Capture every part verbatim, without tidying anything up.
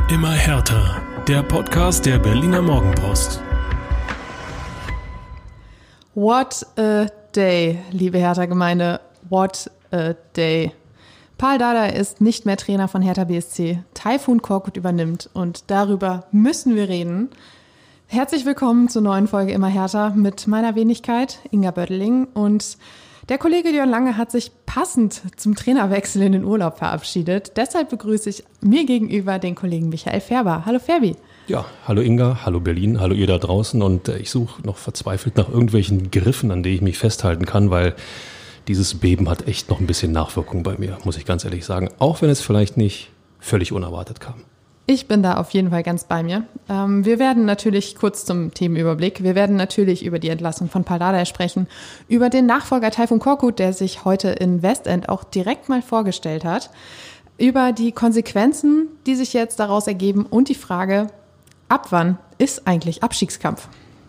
Immer härter. Der Podcast der Berliner Morgenpost. What a day, liebe Hertha-Gemeinde. What a day. Pal Dardai ist nicht mehr Trainer von Hertha B S C. Tayfun Korkut übernimmt und darüber müssen wir reden. Herzlich willkommen zur neuen Folge Immer härter mit meiner Wenigkeit, Inga Bödeling. Und der Kollege Jörn Lange hat sich passend zum Trainerwechsel in den Urlaub verabschiedet. Deshalb begrüße ich mir gegenüber den Kollegen Michael Färber. Hallo Färbi. Ja, hallo Inga, hallo Berlin, hallo ihr da draußen. Und ich suche noch verzweifelt nach irgendwelchen Griffen, an denen ich mich festhalten kann, weil dieses Beben hat echt noch ein bisschen Nachwirkung bei mir, muss ich ganz ehrlich sagen. Auch wenn es vielleicht nicht völlig unerwartet kam. Ich bin da auf jeden Fall ganz bei mir. Ähm, wir werden natürlich kurz zum Themenüberblick. Wir werden natürlich über die Entlassung von Pal Dardai sprechen, über den Nachfolger Tayfun Korkut, der sich heute in Westend auch direkt mal vorgestellt hat, über die Konsequenzen, die sich jetzt daraus ergeben und die Frage, ab wann ist eigentlich Abstiegskampf?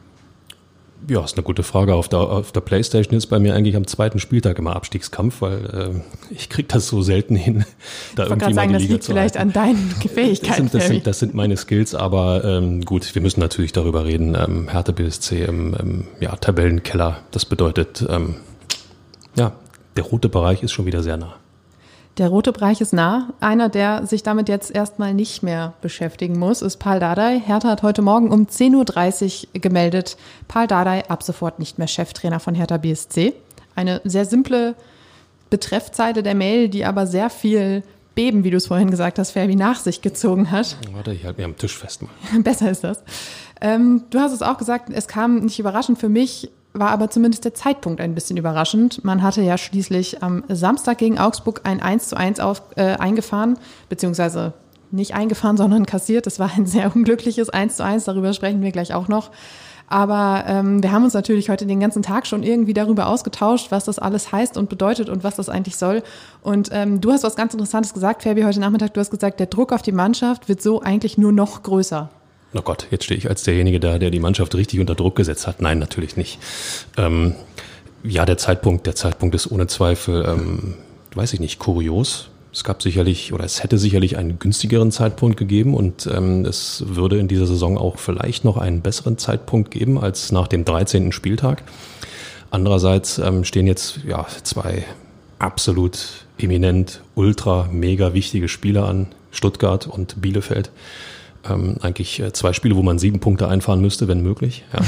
Ja, ist eine gute Frage. Auf der, auf der Playstation ist bei mir eigentlich am zweiten Spieltag immer Abstiegskampf, weil äh, ich kriege das so selten hin, da ich irgendwie sagen, mal die Liga das liegt zu vielleicht halten. an deinen Fähigkeiten. Das sind, das, sind, das sind meine Skills, aber ähm, gut, wir müssen natürlich darüber reden. Ähm, Hertha B S C im, im ja, Tabellenkeller, das bedeutet, ähm, ja, der rote Bereich ist schon wieder sehr nah. Der rote Bereich ist nah. Einer, der sich damit jetzt erstmal nicht mehr beschäftigen muss, ist Pal Dardai. Hertha hat heute Morgen um zehn Uhr dreißig gemeldet, Pal Dardai ab sofort nicht mehr Cheftrainer von Hertha B S C. Eine sehr simple Betreffzeile der Mail, die aber sehr viel Beben, wie du es vorhin gesagt hast, Ferbi, nach sich gezogen hat. Warte, ich halte mir am Tisch fest. Mal. Besser ist das. Ähm, du hast es auch gesagt, es kam nicht überraschend für mich, war aber zumindest der Zeitpunkt ein bisschen überraschend. Man hatte ja schließlich am Samstag gegen Augsburg ein eins zu eins auf, äh, eingefahren, beziehungsweise nicht eingefahren, sondern kassiert. Es war ein sehr unglückliches eins zu eins, darüber sprechen wir gleich auch noch. Aber ähm, wir haben uns natürlich heute den ganzen Tag schon irgendwie darüber ausgetauscht, was das alles heißt und bedeutet und was das eigentlich soll. Und ähm, du hast was ganz Interessantes gesagt, Ferbi, heute Nachmittag. Du hast gesagt, der Druck auf die Mannschaft wird so eigentlich nur noch größer. Oh Gott, jetzt stehe ich als derjenige da, der die Mannschaft richtig unter Druck gesetzt hat. Nein, natürlich nicht. Ähm, ja, der Zeitpunkt, der Zeitpunkt ist ohne Zweifel, ähm, weiß ich nicht, kurios. Es gab sicherlich oder es hätte sicherlich einen günstigeren Zeitpunkt gegeben und ähm, es würde in dieser Saison auch vielleicht noch einen besseren Zeitpunkt geben als nach dem dreizehnten Spieltag. Andererseits ähm, stehen jetzt ja zwei absolut eminent, ultra, mega wichtige Spieler an, Stuttgart und Bielefeld. Ähm, eigentlich äh, zwei Spiele, wo man sieben Punkte einfahren müsste, wenn möglich. Ja.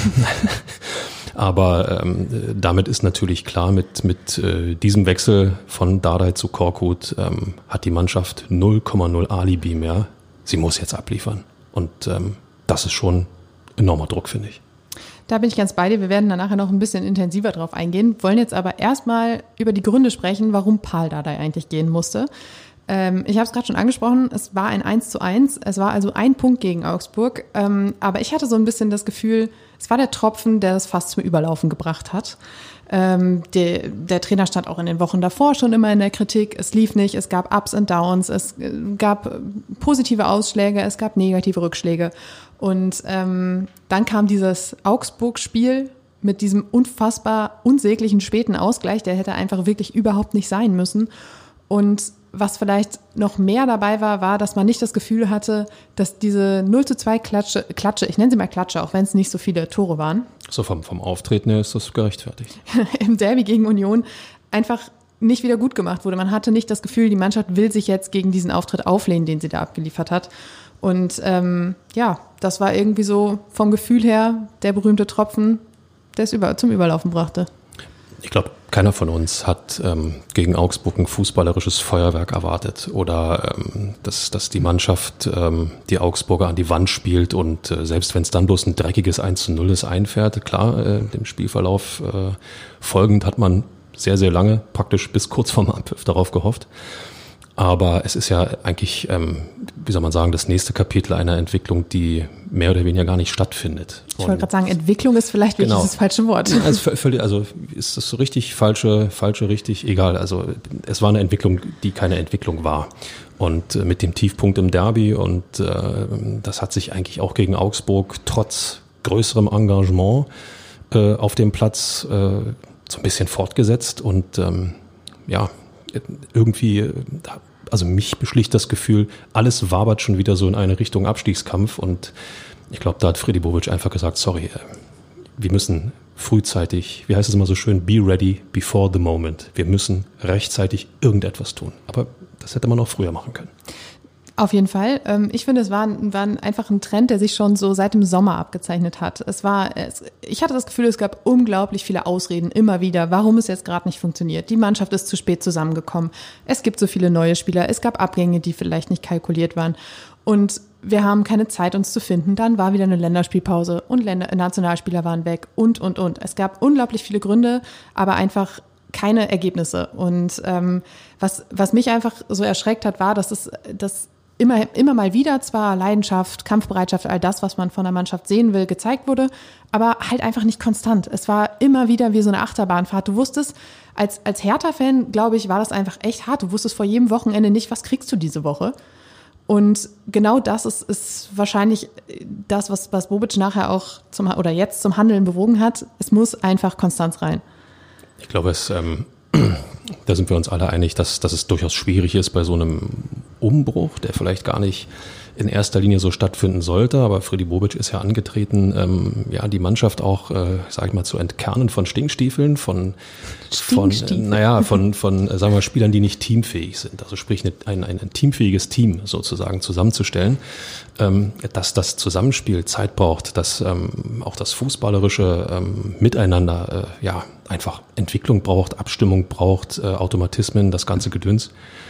Aber ähm, damit ist natürlich klar, mit, mit äh, diesem Wechsel von Dardai zu Korkut ähm, hat die Mannschaft null Komma null Alibi mehr. Sie muss jetzt abliefern. Und ähm, das ist schon enormer Druck, finde ich. Da bin ich ganz bei dir. Wir werden da nachher noch ein bisschen intensiver drauf eingehen. Wollen jetzt aber erstmal über die Gründe sprechen, warum Pal Dardai eigentlich gehen musste. Ähm, ich habe es gerade schon angesprochen, es war ein eins zu eins, es war also ein Punkt gegen Augsburg, ähm, aber ich hatte so ein bisschen das Gefühl, es war der Tropfen, der es fast zum Überlaufen gebracht hat. Ähm, der, der Trainer stand auch in den Wochen davor schon immer in der Kritik, es lief nicht, es gab Ups und Downs, es gab positive Ausschläge, es gab negative Rückschläge und ähm, dann kam dieses Augsburg-Spiel mit diesem unfassbar unsäglichen späten Ausgleich, der hätte einfach wirklich überhaupt nicht sein müssen. Und was vielleicht noch mehr dabei war, war, dass man nicht das Gefühl hatte, dass diese null zu zwei Klatsche, Klatsche, ich nenne sie mal Klatsche, auch wenn es nicht so viele Tore waren. So vom, vom Auftreten her ist das gerechtfertigt. Im Derby gegen Union einfach nicht wieder gut gemacht wurde. Man hatte nicht das Gefühl, die Mannschaft will sich jetzt gegen diesen Auftritt auflehnen, den sie da abgeliefert hat. Und ähm, ja, das war irgendwie so vom Gefühl her der berühmte Tropfen, der es über, zum Überlaufen brachte. Ich glaube, keiner von uns hat ähm, gegen Augsburg ein fußballerisches Feuerwerk erwartet oder ähm, dass, dass die Mannschaft ähm, die Augsburger an die Wand spielt und äh, selbst wenn es dann bloß ein dreckiges eins zu null ist, einfährt. Klar, äh, dem Spielverlauf äh, folgend hat man sehr, sehr lange, praktisch bis kurz vorm Abpfiff darauf gehofft. Aber es ist ja eigentlich, ähm, wie soll man sagen, das nächste Kapitel einer Entwicklung, die mehr oder weniger gar nicht stattfindet. Ich wollte gerade sagen, Entwicklung ist vielleicht wirklich genau. das falsche Wort. Also, völlig, also ist das so richtig, falsche, falsche, richtig, egal. Also es war eine Entwicklung, die keine Entwicklung war. Und äh, mit dem Tiefpunkt im Derby und äh, das hat sich eigentlich auch gegen Augsburg trotz größerem Engagement äh, auf dem Platz äh, so ein bisschen fortgesetzt und ähm, ja, irgendwie also mich beschlicht das Gefühl, alles wabert schon wieder so in eine Richtung Abstiegskampf und ich glaube, da hat Freddy Bobic einfach gesagt, sorry, wir müssen frühzeitig, wie heißt es immer so schön, be ready before the moment. Wir müssen rechtzeitig irgendetwas tun. Aber das hätte man auch früher machen können. Auf jeden Fall. Ich finde, es war, war einfach ein Trend, der sich schon so seit dem Sommer abgezeichnet hat. Es war, es, ich hatte das Gefühl, es gab unglaublich viele Ausreden immer wieder, warum es jetzt gerade nicht funktioniert. Die Mannschaft ist zu spät zusammengekommen. Es gibt so viele neue Spieler. Es gab Abgänge, die vielleicht nicht kalkuliert waren. Und wir haben keine Zeit, uns zu finden. Dann war wieder eine Länderspielpause und Länder, Nationalspieler waren weg und, und, und. Es gab unglaublich viele Gründe, aber einfach keine Ergebnisse. Und ähm, was, was mich einfach so erschreckt hat, war, dass es, dass immer, immer mal wieder zwar Leidenschaft, Kampfbereitschaft, all das, was man von der Mannschaft sehen will, gezeigt wurde, aber halt einfach nicht konstant. Es war immer wieder wie so eine Achterbahnfahrt. Du wusstest, als, als Hertha-Fan, glaube ich, war das einfach echt hart. Du wusstest vor jedem Wochenende nicht, was kriegst du diese Woche. Und genau das ist, ist wahrscheinlich das, was, was Bobic nachher auch zum, oder jetzt zum Handeln bewogen hat. Es muss einfach Konstanz rein. Ich glaube, es, ähm, da sind wir uns alle einig, dass, dass es durchaus schwierig ist bei so einem Umbruch, der vielleicht gar nicht in erster Linie so stattfinden sollte. Aber Freddy Bobic ist ja angetreten, ähm, ja, die Mannschaft auch, äh, sag ich mal, zu entkernen von Stinkstiefeln, von, von, äh, naja, von, von, äh, sagen wir mal, Spielern, die nicht teamfähig sind. Also sprich, ein, ein, ein teamfähiges Team sozusagen zusammenzustellen. Ähm, dass das Zusammenspiel Zeit braucht, dass ähm, auch das fußballerische ähm, Miteinander, äh, ja, einfach Entwicklung braucht, Abstimmung braucht, äh, Automatismen, das ganze Gedöns.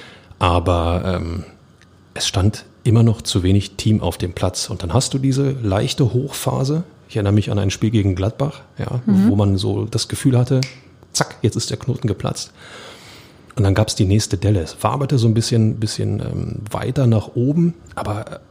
Aber ähm, es stand immer noch zu wenig Team auf dem Platz. Und dann hast du diese leichte Hochphase. Ich erinnere mich an ein Spiel gegen Gladbach, ja, mhm. wo man so das Gefühl hatte, zack, jetzt ist der Knoten geplatzt. Und dann gab es die nächste Delle. Es waberte so ein bisschen, bisschen ähm, weiter nach oben, aber äh,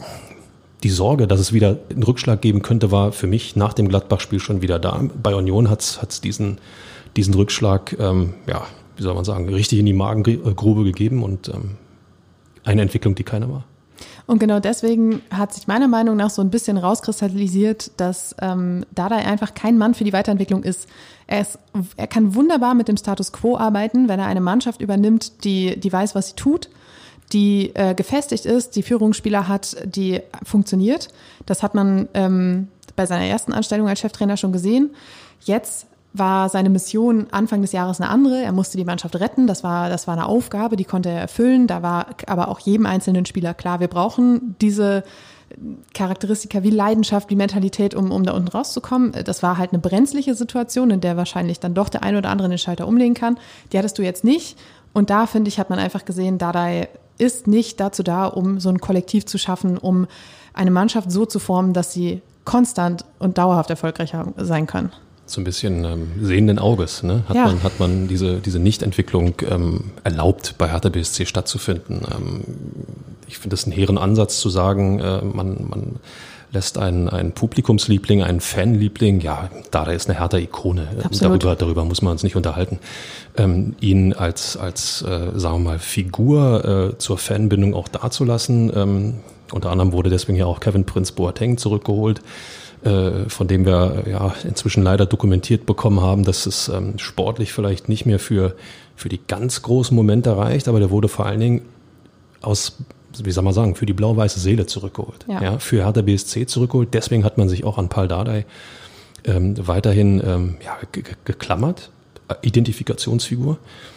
die Sorge, dass es wieder einen Rückschlag geben könnte, war für mich nach dem Gladbach-Spiel schon wieder da. Bei Union hat es diesen, diesen Rückschlag, ähm, ja, wie soll man sagen, richtig in die Magengrube gegeben und ähm, eine Entwicklung, die keiner war. Und genau deswegen hat sich meiner Meinung nach so ein bisschen rauskristallisiert, dass ähm, Dardai einfach kein Mann für die Weiterentwicklung ist. Er ist. Er kann wunderbar mit dem Status Quo arbeiten, wenn er eine Mannschaft übernimmt, die, die weiß, was sie tut, die äh, gefestigt ist, die Führungsspieler hat, die funktioniert. Das hat man ähm, bei seiner ersten Anstellung als Cheftrainer schon gesehen. Jetzt war seine Mission Anfang des Jahres eine andere. Er musste die Mannschaft retten. Das war, das war eine Aufgabe, die konnte er erfüllen. Da war aber auch jedem einzelnen Spieler klar, wir brauchen diese Charakteristika wie Leidenschaft, wie Mentalität, um, um da unten rauszukommen. Das war halt eine brenzliche Situation, in der wahrscheinlich dann doch der ein oder andere den Schalter umlegen kann. Die hattest du jetzt nicht. Und da, finde ich, hat man einfach gesehen, Dardai ist nicht dazu da, um so ein Kollektiv zu schaffen, um eine Mannschaft so zu formen, dass sie konstant und dauerhaft erfolgreich sein kann. So ein bisschen ähm, sehenden Auges, ne? Hat ja. man, hat man diese, diese Nichtentwicklung ähm, erlaubt, bei Hertha B S C stattzufinden. Ähm, ich finde es einen hehren Ansatz zu sagen, äh, man, man lässt einen, einen Publikumsliebling, einen Fanliebling, ja, Dardai ist eine Hertha-Ikone. Darüber, darüber muss man uns nicht unterhalten. Ähm, ihn als, als äh, sagen wir mal, Figur äh, zur Fanbindung auch dazulassen. Ähm, unter anderem wurde deswegen ja auch Kevin Prince Boateng zurückgeholt, äh, von dem wir ja inzwischen leider dokumentiert bekommen haben, dass es ähm, sportlich vielleicht nicht mehr für, für die ganz großen Momente reicht, aber der wurde vor allen Dingen aus, wie soll man sagen, für die blau-weiße Seele zurückgeholt. Ja. Ja, für Hertha B S C zurückgeholt. Deswegen hat man sich auch an Pal Dardai ähm, weiterhin ähm, ja, ge- ge- geklammert. Identifikationsfigur.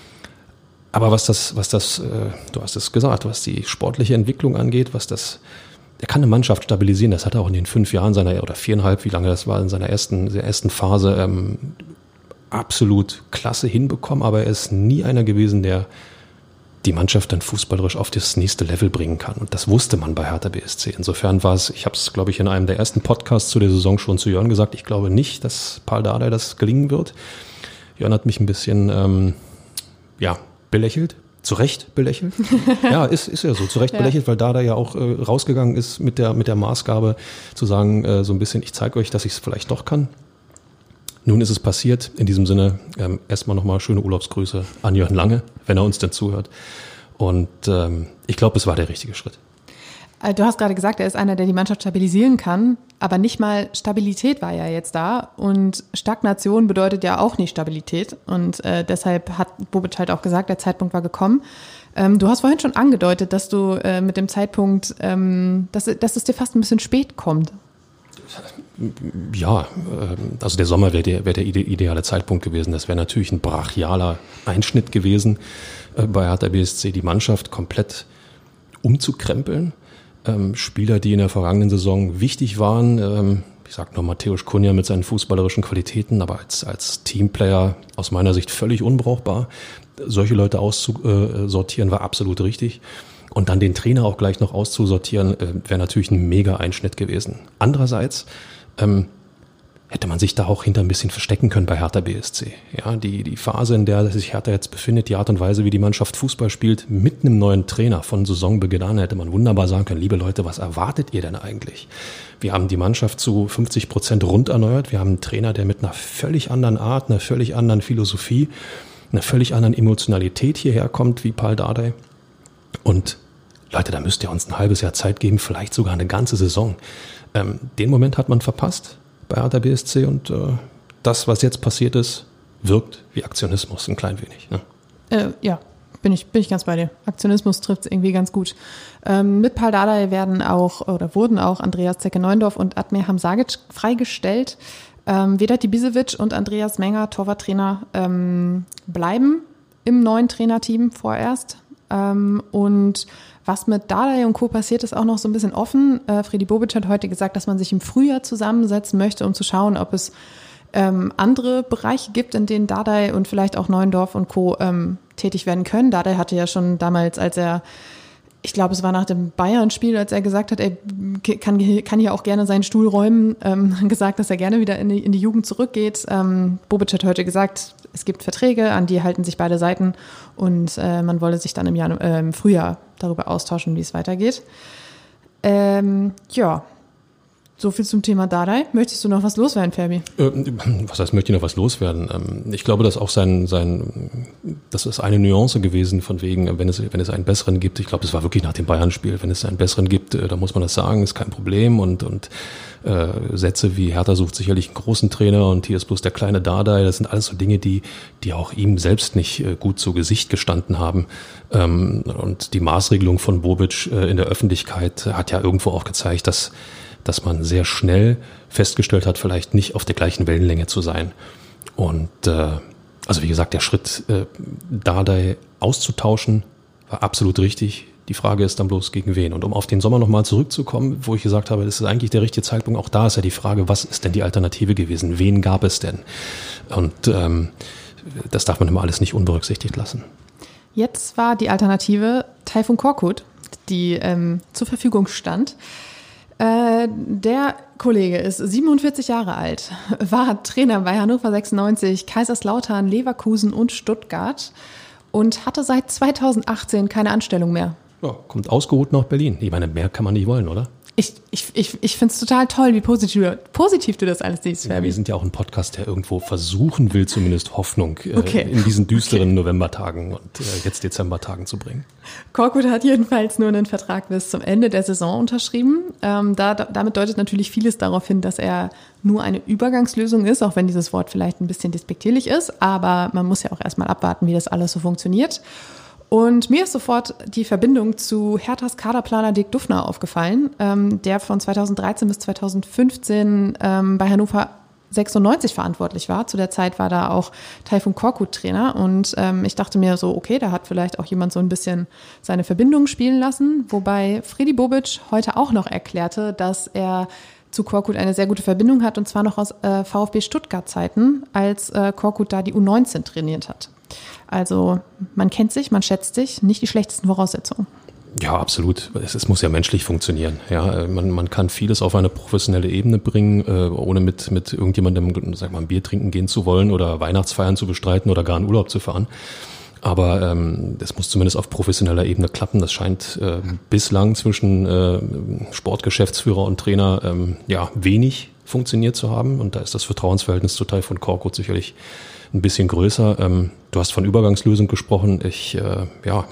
Aber was das, was das, äh, du hast es gesagt, was die sportliche Entwicklung angeht, was das, er kann eine Mannschaft stabilisieren. Das hat er auch in den fünf Jahren seiner, oder viereinhalb, wie lange das war, in seiner ersten, der ersten Phase ähm, absolut klasse hinbekommen. Aber er ist nie einer gewesen, der die Mannschaft dann fußballerisch auf das nächste Level bringen kann. Und das wusste man bei Hertha B S C. Insofern war es, ich habe es, glaube ich, in einem der ersten Podcasts zu der Saison schon zu Jörn gesagt, ich glaube nicht, dass Pal Dardai das gelingen wird. Jörn hat mich ein bisschen, ähm, ja, belächelt. Zu Recht belächelt. Ja, ist, ist ja so, zu Recht ja. belächelt, weil Dardai ja auch äh, rausgegangen ist mit der, mit der Maßgabe zu sagen, äh, so ein bisschen, ich zeige euch, dass ich es vielleicht doch kann. Nun ist es passiert. In diesem Sinne, ähm, erstmal nochmal schöne Urlaubsgrüße an Jörn Lange, wenn er uns denn zuhört. Und ähm, ich glaube, es war der richtige Schritt. Du hast gerade gesagt, er ist einer, der die Mannschaft stabilisieren kann, aber nicht mal Stabilität war ja jetzt da und Stagnation bedeutet ja auch nicht Stabilität und äh, deshalb hat Bobic halt auch gesagt, der Zeitpunkt war gekommen. Ähm, du hast vorhin schon angedeutet, dass du äh, mit dem Zeitpunkt, ähm, dass, dass es dir fast ein bisschen spät kommt. Ja, also der Sommer wäre der, wär der ideale Zeitpunkt gewesen. Das wäre natürlich ein brachialer Einschnitt gewesen, bei Hertha B S C die Mannschaft komplett umzukrempeln. Ähm, Spieler, die in der vergangenen Saison wichtig waren, ähm, ich sag noch Mateusz Cunha mit seinen fußballerischen Qualitäten, aber als, als Teamplayer aus meiner Sicht völlig unbrauchbar. Solche Leute auszusortieren war absolut richtig. Und dann den Trainer auch gleich noch auszusortieren, äh, wäre natürlich ein mega Einschnitt gewesen. Andererseits ähm, hätte man sich da auch hinter ein bisschen verstecken können bei Hertha B S C. Ja, die, die Phase, in der sich Hertha jetzt befindet, die Art und Weise, wie die Mannschaft Fußball spielt, mit einem neuen Trainer von Saisonbeginn an, hätte man wunderbar sagen können, liebe Leute, was erwartet ihr denn eigentlich? Wir haben die Mannschaft zu fünfzig Prozent rund erneuert. Wir haben einen Trainer, der mit einer völlig anderen Art, einer völlig anderen Philosophie, einer völlig anderen Emotionalität hierher kommt, wie Pál Dardai. Und Leute, da müsst ihr uns ein halbes Jahr Zeit geben, vielleicht sogar eine ganze Saison. Ähm, den Moment hat man verpasst bei Hertha B S C und äh, das, was jetzt passiert ist, wirkt wie Aktionismus ein klein wenig. Ne? Äh, ja, bin ich, bin ich ganz bei dir. Aktionismus trifft es irgendwie ganz gut. Ähm, mit Pál Dardai werden auch oder wurden auch Andreas Zecke-Neuendorf und Admir Hamzagic freigestellt. Ähm, Vedat Ibisevic und Andreas Menger, Torwarttrainer, ähm, bleiben im neuen Trainerteam vorerst. Ähm, und was mit Dardai und Co. passiert, ist auch noch so ein bisschen offen. Äh, Fredi Bobic hat heute gesagt, dass man sich im Frühjahr zusammensetzen möchte, um zu schauen, ob es ähm, andere Bereiche gibt, in denen Dardai und vielleicht auch Neuendorf und Co. Ähm, tätig werden können. Dardai hatte ja schon damals, als er, ich glaube, es war nach dem Bayern-Spiel, als er gesagt hat, er kann, kann hier auch gerne seinen Stuhl räumen, ähm, gesagt, dass er gerne wieder in die, in die Jugend zurückgeht. Ähm, Bobic hat heute gesagt, es gibt Verträge, an die halten sich beide Seiten und äh, man wolle sich dann im, Januar, äh, im Frühjahr darüber austauschen, wie es weitergeht. Ähm, ja, so viel zum Thema Dardai. Möchtest du noch was loswerden, Ferbi? Äh, was heißt, möchte ich noch was loswerden? Ähm, ich glaube, dass auch sein, sein, das ist eine Nuance gewesen von wegen, wenn es, wenn es einen besseren gibt. Ich glaube, das war wirklich nach dem Bayern-Spiel. Wenn es einen besseren gibt, äh, dann muss man das sagen, ist kein Problem. Und, und äh, Sätze wie Hertha sucht sicherlich einen großen Trainer und hier ist bloß der kleine Dardai. Das sind alles so Dinge, die, die auch ihm selbst nicht äh, gut zu Gesicht gestanden haben. Ähm, und die Maßregelung von Bobic äh, in der Öffentlichkeit hat ja irgendwo auch gezeigt, dass dass man sehr schnell festgestellt hat, vielleicht nicht auf der gleichen Wellenlänge zu sein. Und äh, also wie gesagt, der Schritt, äh, Dardai auszutauschen, war absolut richtig. Die Frage ist dann bloß, gegen wen. Und um auf den Sommer nochmal zurückzukommen, wo ich gesagt habe, das ist eigentlich der richtige Zeitpunkt, auch da ist ja die Frage, was ist denn die Alternative gewesen? Wen gab es denn? Und ähm, das darf man immer alles nicht unberücksichtigt lassen. Jetzt war die Alternative Tayfun Korkut, die ähm, zur Verfügung stand. Äh, der Kollege ist siebenundvierzig Jahre alt, war Trainer bei Hannover sechsundneunzig, Kaiserslautern, Leverkusen und Stuttgart und hatte seit zweitausendachtzehn keine Anstellung mehr. Ja, kommt ausgeruht nach Berlin. Ich meine, mehr kann man nicht wollen, oder? Ich, ich, ich, ich finde es total toll, wie positiv, positiv du das alles siehst, ja, wir sind ja auch ein Podcast, der irgendwo versuchen will, zumindest Hoffnung äh, okay. in diesen düsteren okay. Novembertagen und äh, jetzt Dezembertagen zu bringen. Korkut hat jedenfalls nur einen Vertrag bis zum Ende der Saison unterschrieben. Ähm, da, damit deutet natürlich vieles darauf hin, dass er nur eine Übergangslösung ist, auch wenn dieses Wort vielleicht ein bisschen despektierlich ist. Aber man muss ja auch erstmal abwarten, wie das alles so funktioniert. Und mir ist sofort die Verbindung zu Herthas Kaderplaner Dirk Dufner aufgefallen, ähm, der von zweitausenddreizehn bis zweitausendfünfzehn ähm, bei Hannover sechsundneunzig verantwortlich war. Zu der Zeit war da auch Tayfun Korkut Trainer und ähm, ich dachte mir so, okay, da hat vielleicht auch jemand so ein bisschen seine Verbindungen spielen lassen, wobei Fredi Bobic heute auch noch erklärte, dass er zu Korkut eine sehr gute Verbindung hat und zwar noch aus äh, VfB Stuttgart-Zeiten, als äh, Korkut da die U neunzehn trainiert hat. Also man kennt sich, man schätzt sich, nicht die schlechtesten Voraussetzungen. Ja, absolut. Es, es muss ja menschlich funktionieren. Ja, man, man kann vieles auf eine professionelle Ebene bringen, äh, ohne mit, mit irgendjemandem, sag mal, ein Bier trinken gehen zu wollen oder Weihnachtsfeiern zu bestreiten oder gar in Urlaub zu fahren. Aber ähm, das muss zumindest auf professioneller Ebene klappen. Das scheint äh, bislang zwischen äh, Sportgeschäftsführer und Trainer ähm, ja wenig funktioniert zu haben. Und da ist das Vertrauensverhältnis zu Tayfun Korkut sicherlich ein bisschen größer. Ähm, du hast von Übergangslösung gesprochen. Ich äh, ja,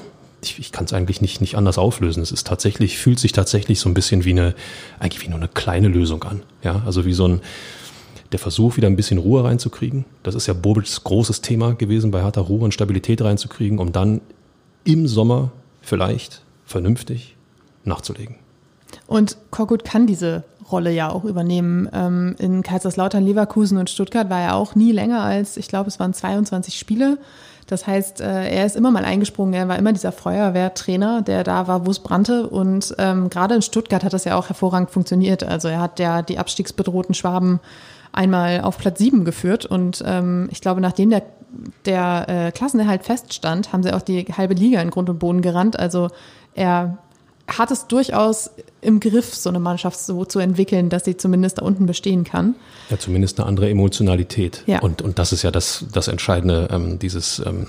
ich, ich kann es eigentlich nicht, nicht anders auflösen. Es ist tatsächlich, fühlt sich tatsächlich so ein bisschen wie eine, eigentlich wie nur eine kleine Lösung an. Ja, also wie so ein, der Versuch, wieder ein bisschen Ruhe reinzukriegen. Das ist ja Bobic's großes Thema gewesen, bei Hertha Ruhe und Stabilität reinzukriegen, um dann im Sommer vielleicht vernünftig nachzulegen. Und Korkut kann diese Rolle ja auch übernehmen. Ähm, in Kaiserslautern, Leverkusen und Stuttgart war er auch nie länger als, ich glaube, es waren zweiundzwanzig Spiele. Das heißt, äh, er ist immer mal eingesprungen. Er war immer dieser Feuerwehrtrainer, der da war, wo es brannte. Und ähm, gerade in Stuttgart hat das ja auch hervorragend funktioniert. Also er hat ja die abstiegsbedrohten Schwaben einmal auf Platz sieben geführt. Und ähm, ich glaube, nachdem der, der äh, Klassenerhalt feststand, haben sie auch die halbe Liga in Grund und Boden gerannt. Also er hat es durchaus im Griff, so eine Mannschaft so zu entwickeln, dass sie zumindest da unten bestehen kann. Ja, zumindest eine andere Emotionalität. Ja. Und, und das ist ja das, das Entscheidende, ähm, dieses ähm,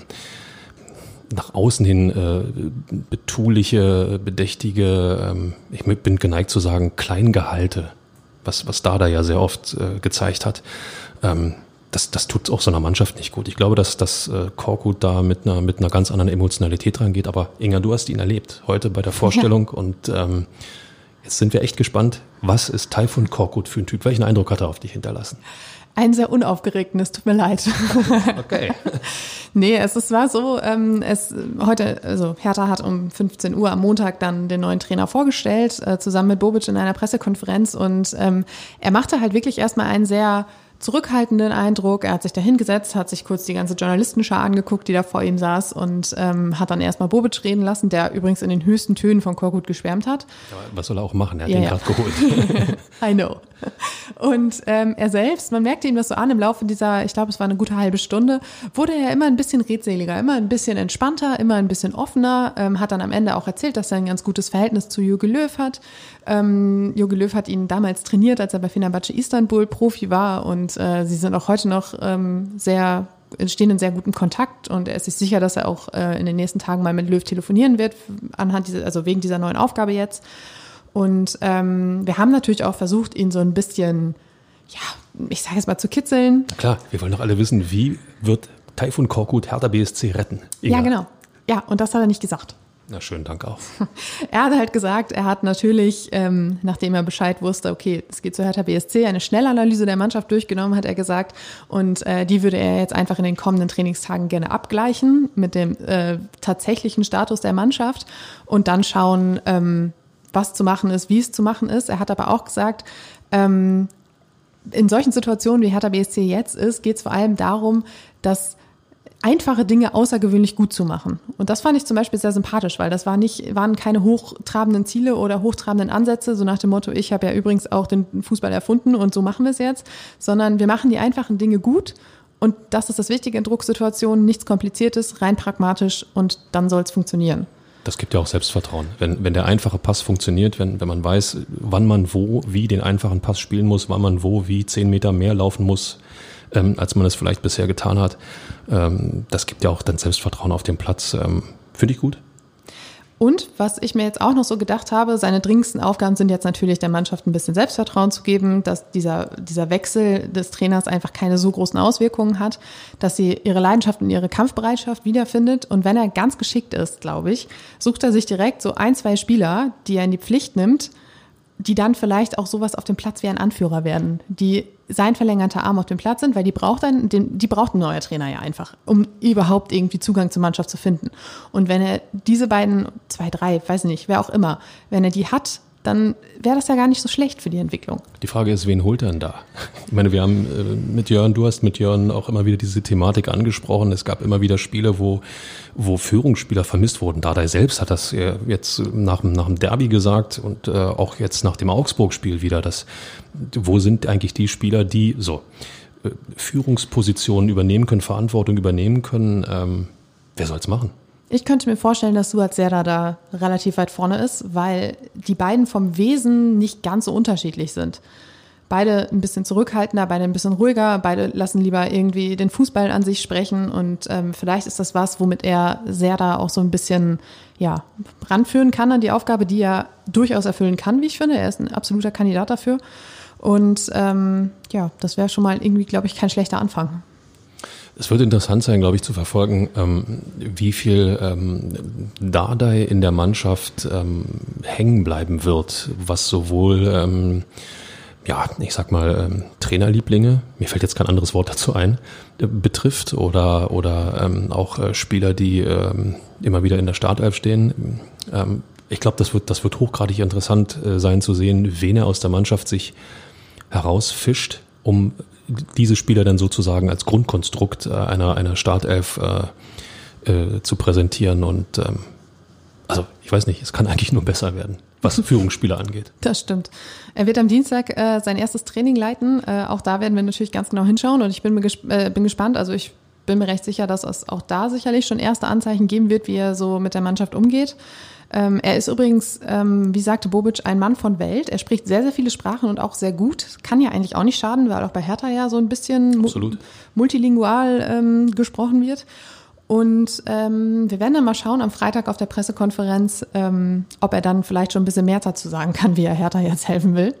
nach außen hin äh, betuliche, bedächtige, ähm, ich bin geneigt zu sagen, Kleingehalte, was, was Dada ja sehr oft äh, gezeigt hat. Ähm, Das, das tut auch so einer Mannschaft nicht gut. Ich glaube, dass, dass äh, Korkut da mit einer, mit einer ganz anderen Emotionalität reingeht. Aber Inga, du hast ihn erlebt heute bei der Vorstellung. Ja. Und ähm, jetzt sind wir echt gespannt, was ist Tayfun Korkut für ein Typ? Welchen Eindruck hat er auf dich hinterlassen? Einen sehr unaufgeregten, es tut mir leid. Okay. Nee, es, es war so, ähm, es heute, also Hertha hat um fünfzehn Uhr am Montag dann den neuen Trainer vorgestellt, äh, zusammen mit Bobic in einer Pressekonferenz. Und ähm, er machte halt wirklich erstmal einen sehr zurückhaltenden Eindruck. Er hat sich da hingesetzt, hat sich kurz die ganze Journalistenschar angeguckt, die da vor ihm saß, und ähm, hat dann erstmal Bobic reden lassen, der übrigens in den höchsten Tönen von Korkut geschwärmt hat. Ja, was soll er auch machen? Er hat ja, ihn ja. gerade geholt. I know. Und ähm, er selbst, man merkte ihm das so an, im Laufe dieser, ich glaube, es war eine gute halbe Stunde, wurde er immer ein bisschen redseliger, immer ein bisschen entspannter, immer ein bisschen offener, ähm, hat dann am Ende auch erzählt, dass er ein ganz gutes Verhältnis zu Jogi Löw hat. Ähm, Jogi Löw hat ihn damals trainiert, als er bei Fenerbahce Istanbul Profi war, und äh, sie sind auch heute noch ähm, sehr, stehen in sehr gutem Kontakt, und er ist sich sicher, dass er auch äh, in den nächsten Tagen mal mit Löw telefonieren wird, anhand dieser, also wegen dieser neuen Aufgabe jetzt. Und ähm, wir haben natürlich auch versucht, ihn so ein bisschen, ja, ich sage es mal, zu kitzeln. Na klar, wir wollen doch alle wissen, wie wird Tayfun Korkut Hertha B S C retten? Inga. Ja, genau. Ja, und das hat er nicht gesagt. Na schön, danke auch. Er hat halt gesagt, er hat natürlich, ähm, nachdem er Bescheid wusste, okay, es geht zu Hertha B S C, eine Schnellanalyse der Mannschaft durchgenommen, hat er gesagt. Und äh, die würde er jetzt einfach in den kommenden Trainingstagen gerne abgleichen mit dem äh, tatsächlichen Status der Mannschaft und dann schauen, ähm, was zu machen ist, wie es zu machen ist. Er hat aber auch gesagt, ähm, in solchen Situationen, wie Hertha B S C jetzt ist, geht es vor allem darum, dass einfache Dinge außergewöhnlich gut zu machen. Und das fand ich zum Beispiel sehr sympathisch, weil das war nicht, waren keine hochtrabenden Ziele oder hochtrabenden Ansätze, so nach dem Motto, ich habe ja übrigens auch den Fußball erfunden und so machen wir es jetzt, sondern wir machen die einfachen Dinge gut, und das ist das Wichtige in Drucksituationen, nichts Kompliziertes, rein pragmatisch, und dann soll es funktionieren. Das gibt ja auch Selbstvertrauen. Wenn, wenn der einfache Pass funktioniert, wenn, wenn man weiß, wann man wo, wie den einfachen Pass spielen muss, wann man wo, wie zehn Meter mehr laufen muss, ähm, als man es vielleicht bisher getan hat, ähm, das gibt ja auch dann Selbstvertrauen auf dem Platz. Ähm, finde ich gut. Und was ich mir jetzt auch noch so gedacht habe, seine dringendsten Aufgaben sind jetzt natürlich der Mannschaft ein bisschen Selbstvertrauen zu geben, dass dieser, dieser Wechsel des Trainers einfach keine so großen Auswirkungen hat, dass sie ihre Leidenschaft und ihre Kampfbereitschaft wiederfindet. Und wenn er ganz geschickt ist, glaube ich, sucht er sich direkt so ein, zwei Spieler, die er in die Pflicht nimmt, die dann vielleicht auch sowas auf dem Platz wie ein Anführer werden, die sein verlängerter Arm auf dem Platz sind, weil die braucht dann, den, die braucht ein neuer Trainer ja einfach, um überhaupt irgendwie Zugang zur Mannschaft zu finden. Und wenn er diese beiden, zwei, drei, weiß nicht, wer auch immer, wenn er die hat, dann wäre das ja gar nicht so schlecht für die Entwicklung. Die Frage ist, wen holt er denn da? Ich meine, wir haben äh, mit Jörn, du hast mit Jörn auch immer wieder diese Thematik angesprochen. Es gab immer wieder Spiele, wo, wo Führungsspieler vermisst wurden. Dardai selbst hat das jetzt nach, nach dem Derby gesagt und äh, auch jetzt nach dem Augsburg-Spiel wieder. Dass, wo sind eigentlich die Spieler, die so äh, Führungspositionen übernehmen können, Verantwortung übernehmen können? Ähm, wer soll's machen? Ich könnte mir vorstellen, dass Suat Serdar da relativ weit vorne ist, weil die beiden vom Wesen nicht ganz so unterschiedlich sind. Beide ein bisschen zurückhaltender, beide ein bisschen ruhiger, beide lassen lieber irgendwie den Fußball an sich sprechen, und ähm, vielleicht ist das was, womit er Serdar auch so ein bisschen ja, ranführen kann an die Aufgabe, die er durchaus erfüllen kann, wie ich finde. Er ist ein absoluter Kandidat dafür, und ähm, ja, das wäre schon mal irgendwie, glaube ich, kein schlechter Anfang. Es wird interessant sein, glaube ich, zu verfolgen, ähm, wie viel ähm, Dardai in der Mannschaft ähm, hängen bleiben wird, was sowohl, ähm, ja, ich sag mal, ähm, Trainerlieblinge, mir fällt jetzt kein anderes Wort dazu ein, äh, betrifft oder, oder ähm, auch äh, Spieler, die ähm, immer wieder in der Startelf stehen. Ähm, ich glaube, das wird, das wird hochgradig interessant äh, sein zu sehen, wen er aus der Mannschaft sich herausfischt, um diese Spieler dann sozusagen als Grundkonstrukt äh, einer, einer Startelf äh, äh, zu präsentieren. Und ähm, also ich weiß nicht, es kann eigentlich nur besser werden, was Führungsspieler angeht. Das stimmt. Er wird am Dienstag äh, sein erstes Training leiten. Äh, auch da werden wir natürlich ganz genau hinschauen und ich bin, mir gesp- äh, bin gespannt. Also ich bin mir recht sicher, dass es auch da sicherlich schon erste Anzeichen geben wird, wie er so mit der Mannschaft umgeht. Ähm, er ist übrigens, ähm, wie sagte Bobic, ein Mann von Welt. Er spricht sehr, sehr viele Sprachen und auch sehr gut. Kann ja eigentlich auch nicht schaden, weil auch bei Hertha ja so ein bisschen mu- multilingual ähm, gesprochen wird. Und ähm, wir werden dann mal schauen am Freitag auf der Pressekonferenz, ähm, ob er dann vielleicht schon ein bisschen mehr dazu sagen kann, wie er Hertha jetzt helfen will.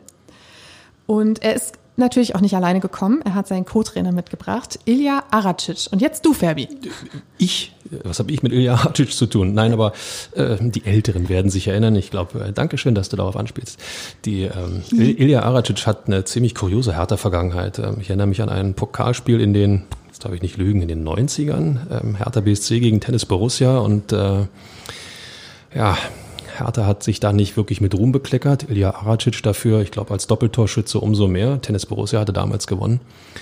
Und er ist natürlich auch nicht alleine gekommen. Er hat seinen Co-Trainer mitgebracht, Ilya Aracic. Und jetzt du, Ferbi. Ich? Was habe ich mit Ilya Aracic zu tun? Nein, aber äh, die Älteren werden sich erinnern. Ich glaube, äh, Dankeschön, dass du darauf anspielst. Die ähm, mhm. Ilya Aracic hat eine ziemlich kuriose Hertha-Vergangenheit. Ähm, ich erinnere mich an ein Pokalspiel in den, jetzt darf ich nicht lügen, in den neunzigern. Ähm, Hertha B S C gegen Tennis Borussia. Und äh, ja... Hertha hat sich da nicht wirklich mit Ruhm bekleckert. Ilya Aracic dafür, ich glaube, als Doppeltorschütze umso mehr. Tennis Borussia hatte damals gewonnen.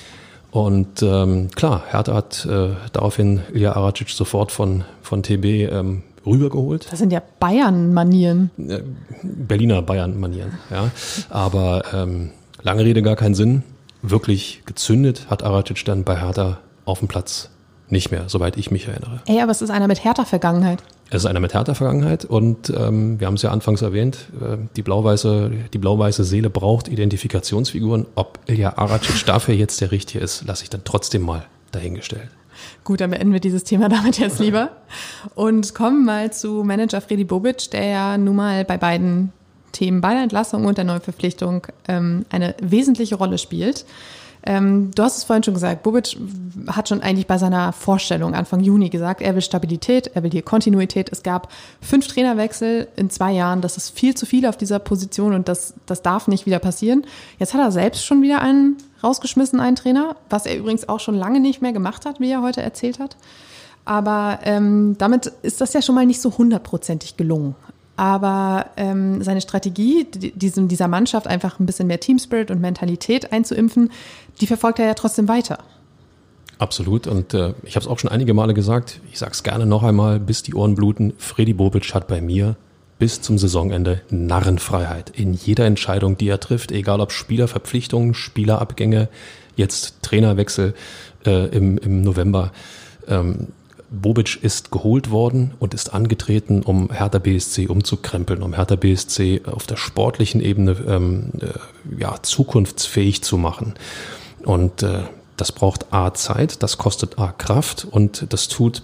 Und ähm, klar, Hertha hat äh, daraufhin Ilya Aracic sofort von, von T B ähm, rübergeholt. Das sind ja Bayern-Manieren. Äh, Berliner Bayern-Manieren, ja. Aber ähm, lange Rede, gar keinen Sinn. Wirklich gezündet hat Aracic dann bei Hertha auf dem Platz nicht mehr, soweit ich mich erinnere. Ey, aber es ist einer mit Hertha-Vergangenheit. Es ist einer mit Hertha-Vergangenheit und ähm, wir haben es ja anfangs erwähnt, äh, die blau-weiße, die blau-weiße Seele braucht Identifikationsfiguren. Ob Ilya Aracic dafür jetzt der Richtige ist, lasse ich dann trotzdem mal dahingestellt. Gut, dann beenden wir dieses Thema damit jetzt lieber und kommen mal zu Manager Fredi Bobic, der ja nun mal bei beiden Themen, bei der Entlassung und der Neuverpflichtung ähm, eine wesentliche Rolle spielt. Ähm, du hast es vorhin schon gesagt, Bobic hat schon eigentlich bei seiner Vorstellung Anfang Juni gesagt, er will Stabilität, er will hier Kontinuität. Es gab fünf Trainerwechsel in zwei Jahren, das ist viel zu viel auf dieser Position und das, das darf nicht wieder passieren. Jetzt hat er selbst schon wieder einen rausgeschmissen, einen Trainer, was er übrigens auch schon lange nicht mehr gemacht hat, wie er heute erzählt hat. Aber ähm, damit ist das ja schon mal nicht so hundertprozentig gelungen. Aber ähm, seine Strategie, diesem, dieser Mannschaft einfach ein bisschen mehr Teamspirit und Mentalität einzuimpfen, die verfolgt er ja trotzdem weiter. Absolut und äh, ich habe es auch schon einige Male gesagt, ich sage es gerne noch einmal, bis die Ohren bluten, Fredi Bobic hat bei mir bis zum Saisonende Narrenfreiheit in jeder Entscheidung, die er trifft, egal ob Spielerverpflichtungen, Spielerabgänge, jetzt Trainerwechsel äh, im, im November. Ähm, Bobic ist geholt worden und ist angetreten, um Hertha B S C umzukrempeln, um Hertha B S C auf der sportlichen Ebene ähm, äh, ja, zukunftsfähig zu machen. Und äh, das braucht A, Zeit, das kostet A, Kraft und das tut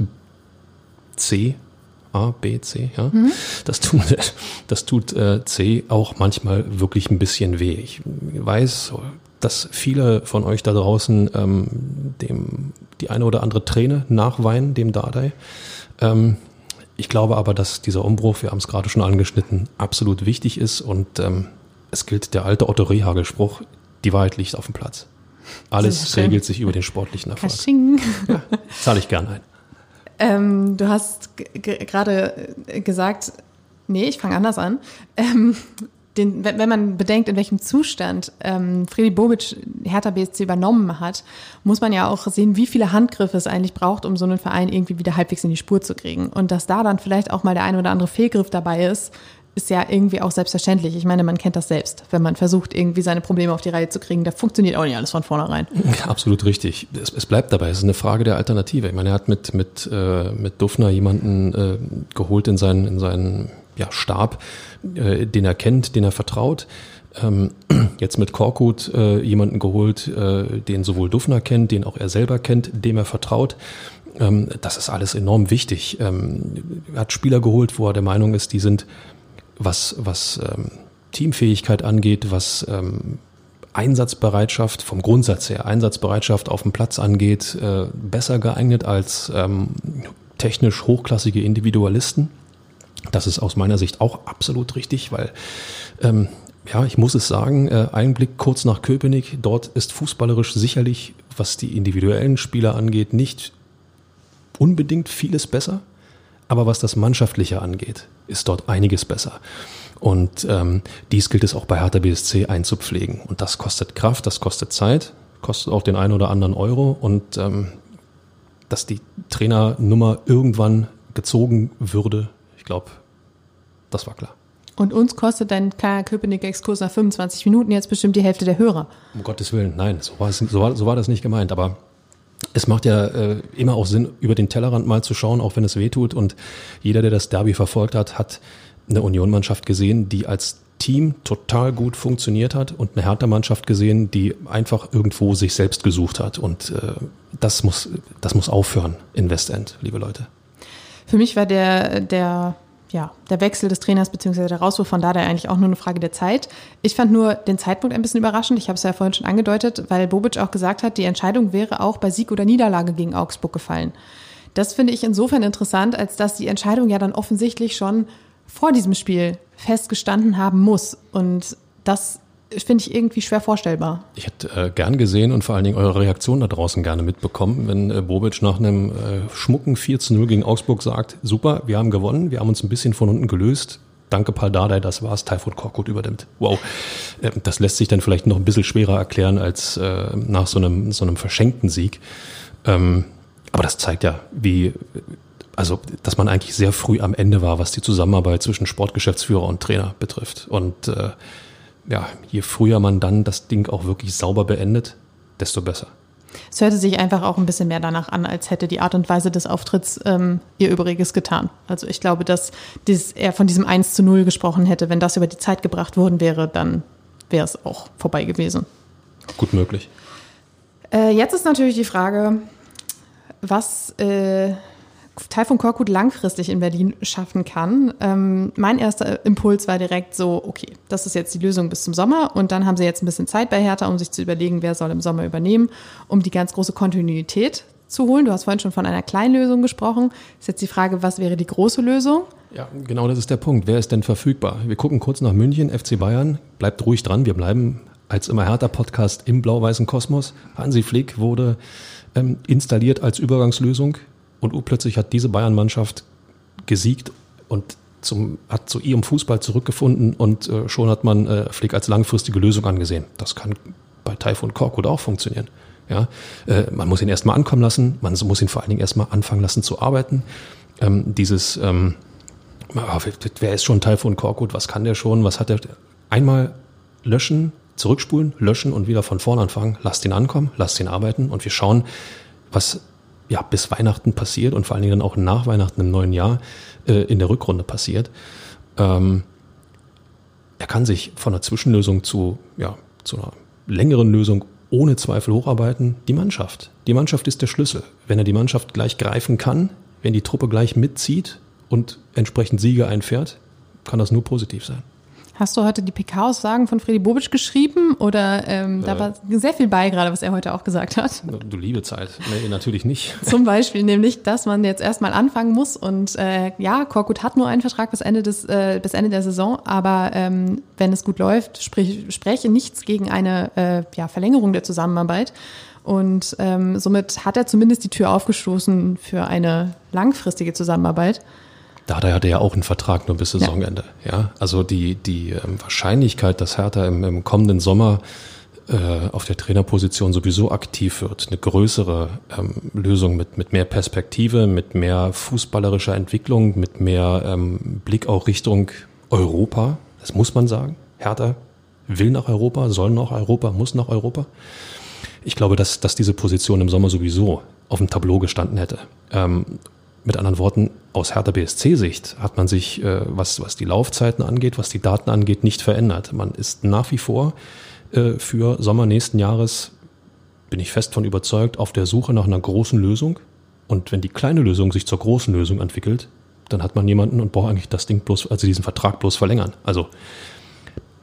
C, A, B, C, ja. Mhm. Das tut, das tut äh, C auch manchmal wirklich ein bisschen weh. Ich weiß, dass viele von euch da draußen ähm, dem die eine oder andere Träne nachweinen, dem Dardai. Ähm, ich glaube aber, dass dieser Umbruch, wir haben es gerade schon angeschnitten, absolut wichtig ist und ähm, es gilt der alte Otto Rehhagel-Spruch, die Wahrheit liegt auf dem Platz. Alles regelt sich über den sportlichen Erfolg. Ja, zahle ich gern ein. Ähm, du hast g- g- gerade gesagt, nee, ich fange anders an. Ähm, Den, wenn man bedenkt, in welchem Zustand ähm, Fredi Bobic Hertha B S C übernommen hat, muss man ja auch sehen, wie viele Handgriffe es eigentlich braucht, um so einen Verein irgendwie wieder halbwegs in die Spur zu kriegen. Und dass da dann vielleicht auch mal der ein oder andere Fehlgriff dabei ist, ist ja irgendwie auch selbstverständlich. Ich meine, man kennt das selbst, wenn man versucht, irgendwie seine Probleme auf die Reihe zu kriegen. Da funktioniert auch nicht alles von vornherein. Absolut richtig. Es, es bleibt dabei. Es ist eine Frage der Alternative. Ich meine, er hat mit mit äh, mit Dufner jemanden äh, geholt in seinen in seinen ja, Stab, äh, den er kennt, den er vertraut. Ähm, jetzt mit Korkut äh, jemanden geholt, äh, den sowohl Dufner kennt, den auch er selber kennt, dem er vertraut. Ähm, das ist alles enorm wichtig. Ähm, er hat Spieler geholt, wo er der Meinung ist, die sind, was, was ähm, Teamfähigkeit angeht, was ähm, Einsatzbereitschaft, vom Grundsatz her, Einsatzbereitschaft auf dem Platz angeht, äh, besser geeignet als ähm, technisch hochklassige Individualisten. Das ist aus meiner Sicht auch absolut richtig, weil, ähm, ja, ich muss es sagen, äh, ein Blick kurz nach Köpenick, dort ist fußballerisch sicherlich, was die individuellen Spieler angeht, nicht unbedingt vieles besser, aber was das Mannschaftliche angeht, ist dort einiges besser. Und ähm, dies gilt es auch bei Hertha B S C einzupflegen. Und das kostet Kraft, das kostet Zeit, kostet auch den einen oder anderen Euro. Und ähm, dass die Trainernummer irgendwann gezogen würde, ich glaube, das war klar. Und uns kostet dein kleiner Köpenick-Exkurs nach fünfundzwanzig Minuten jetzt bestimmt die Hälfte der Hörer. Um Gottes Willen, nein, so war, es, so war, so war das nicht gemeint. Aber es macht ja äh, immer auch Sinn, über den Tellerrand mal zu schauen, auch wenn es weh tut. Und jeder, der das Derby verfolgt hat, hat eine Union-Mannschaft gesehen, die als Team total gut funktioniert hat und eine Hertha-Mannschaft gesehen, die einfach irgendwo sich selbst gesucht hat. Und äh, das muss, das muss aufhören in Westend, liebe Leute. Für mich war der, der, ja, der Wechsel des Trainers bzw. der Rauswurf von Dardai eigentlich auch nur eine Frage der Zeit. Ich fand nur den Zeitpunkt ein bisschen überraschend. Ich habe es ja vorhin schon angedeutet, weil Bobic auch gesagt hat, die Entscheidung wäre auch bei Sieg oder Niederlage gegen Augsburg gefallen. Das finde ich insofern interessant, als dass die Entscheidung ja dann offensichtlich schon vor diesem Spiel festgestanden haben muss. Und das finde ich irgendwie schwer vorstellbar. Ich hätte äh, gern gesehen und vor allen Dingen eure Reaktion da draußen gerne mitbekommen, wenn äh, Bobic nach einem äh, schmucken vier zu null gegen Augsburg sagt, super, wir haben gewonnen, wir haben uns ein bisschen von unten gelöst, danke Pal Dardai, das war's, Tayfun Korkut übernimmt. Wow, äh, das lässt sich dann vielleicht noch ein bisschen schwerer erklären als äh, nach so einem, so einem verschenkten Sieg. Ähm, aber das zeigt ja, wie... Also, dass man eigentlich sehr früh am Ende war, was die Zusammenarbeit zwischen Sportgeschäftsführer und Trainer betrifft. Und äh, ja, je früher man dann das Ding auch wirklich sauber beendet, desto besser. Es hörte sich einfach auch ein bisschen mehr danach an, als hätte die Art und Weise des Auftritts ähm, ihr Übriges getan. Also ich glaube, dass dieses, er von diesem eins zu null gesprochen hätte. Wenn das über die Zeit gebracht worden wäre, dann wäre es auch vorbei gewesen. Gut möglich. Äh, jetzt ist natürlich die Frage, was... Äh, Tayfun Korkut langfristig in Berlin schaffen kann. Ähm, mein erster Impuls war direkt so, okay, das ist jetzt die Lösung bis zum Sommer und dann haben sie jetzt ein bisschen Zeit bei Hertha, um sich zu überlegen, wer soll im Sommer übernehmen, um die ganz große Kontinuität zu holen. Du hast vorhin schon von einer kleinen Lösung gesprochen. Ist jetzt die Frage, was wäre die große Lösung? Ja, genau das ist der Punkt. Wer ist denn verfügbar? Wir gucken kurz nach München, F C Bayern. Bleibt ruhig dran, wir bleiben als immer Hertha-Podcast im blau-weißen Kosmos. Hansi Flick wurde ähm, installiert als Übergangslösung. Und plötzlich hat diese Bayern-Mannschaft gesiegt und zum, hat zu ihrem Fußball zurückgefunden und äh, schon hat man äh, Flick als langfristige Lösung angesehen. Das kann bei Tayfun Korkut auch funktionieren. Ja? Äh, man muss ihn erstmal ankommen lassen, man muss ihn vor allen Dingen erstmal anfangen lassen zu arbeiten. Ähm, dieses, ähm, wer ist schon Tayfun Korkut, was kann der schon, was hat der? Einmal löschen, zurückspulen, löschen und wieder von vorne anfangen. Lasst ihn ankommen, lasst ihn arbeiten und wir schauen, was ja, bis Weihnachten passiert und vor allen Dingen dann auch nach Weihnachten im neuen Jahr äh, in der Rückrunde passiert. Ähm, er kann sich von einer Zwischenlösung zu, ja, zu einer längeren Lösung ohne Zweifel hocharbeiten. Die Mannschaft. Die Mannschaft ist der Schlüssel. Wenn er die Mannschaft gleich greifen kann, wenn die Truppe gleich mitzieht und entsprechend Siege einfährt, kann das nur positiv sein. Hast du heute die P K-Aussagen von Freddy Bobic geschrieben? Oder ähm, äh, da war sehr viel bei gerade, was er heute auch gesagt hat. Du liebe Zeit. Nee, natürlich nicht. Zum Beispiel nämlich, dass man jetzt erstmal anfangen muss. Und äh, ja, Korkut hat nur einen Vertrag bis Ende, des, äh, bis Ende der Saison. Aber ähm, wenn es gut läuft, sprich, spreche nichts gegen eine äh, ja, Verlängerung der Zusammenarbeit. Und ähm, somit hat er zumindest die Tür aufgestoßen für eine langfristige Zusammenarbeit. Dardai hatte ja auch einen Vertrag nur bis Saisonende. Ja. Ja, also die, die ähm, Wahrscheinlichkeit, dass Hertha im, im kommenden Sommer äh, auf der Trainerposition sowieso aktiv wird, eine größere ähm, Lösung mit, mit mehr Perspektive, mit mehr fußballerischer Entwicklung, mit mehr ähm, Blick auch Richtung Europa, das muss man sagen. Hertha will nach Europa, soll nach Europa, muss nach Europa. Ich glaube, dass, dass diese Position im Sommer sowieso auf dem Tableau gestanden hätte. Ähm, Mit anderen Worten, aus Hertha B S C-Sicht hat man sich, äh, was, was die Laufzeiten angeht, was die Daten angeht, nicht verändert. Man ist nach wie vor äh, für Sommer nächsten Jahres, bin ich fest von überzeugt, auf der Suche nach einer großen Lösung. Und wenn die kleine Lösung sich zur großen Lösung entwickelt, dann hat man jemanden und braucht eigentlich das Ding bloß, also diesen Vertrag bloß verlängern. Also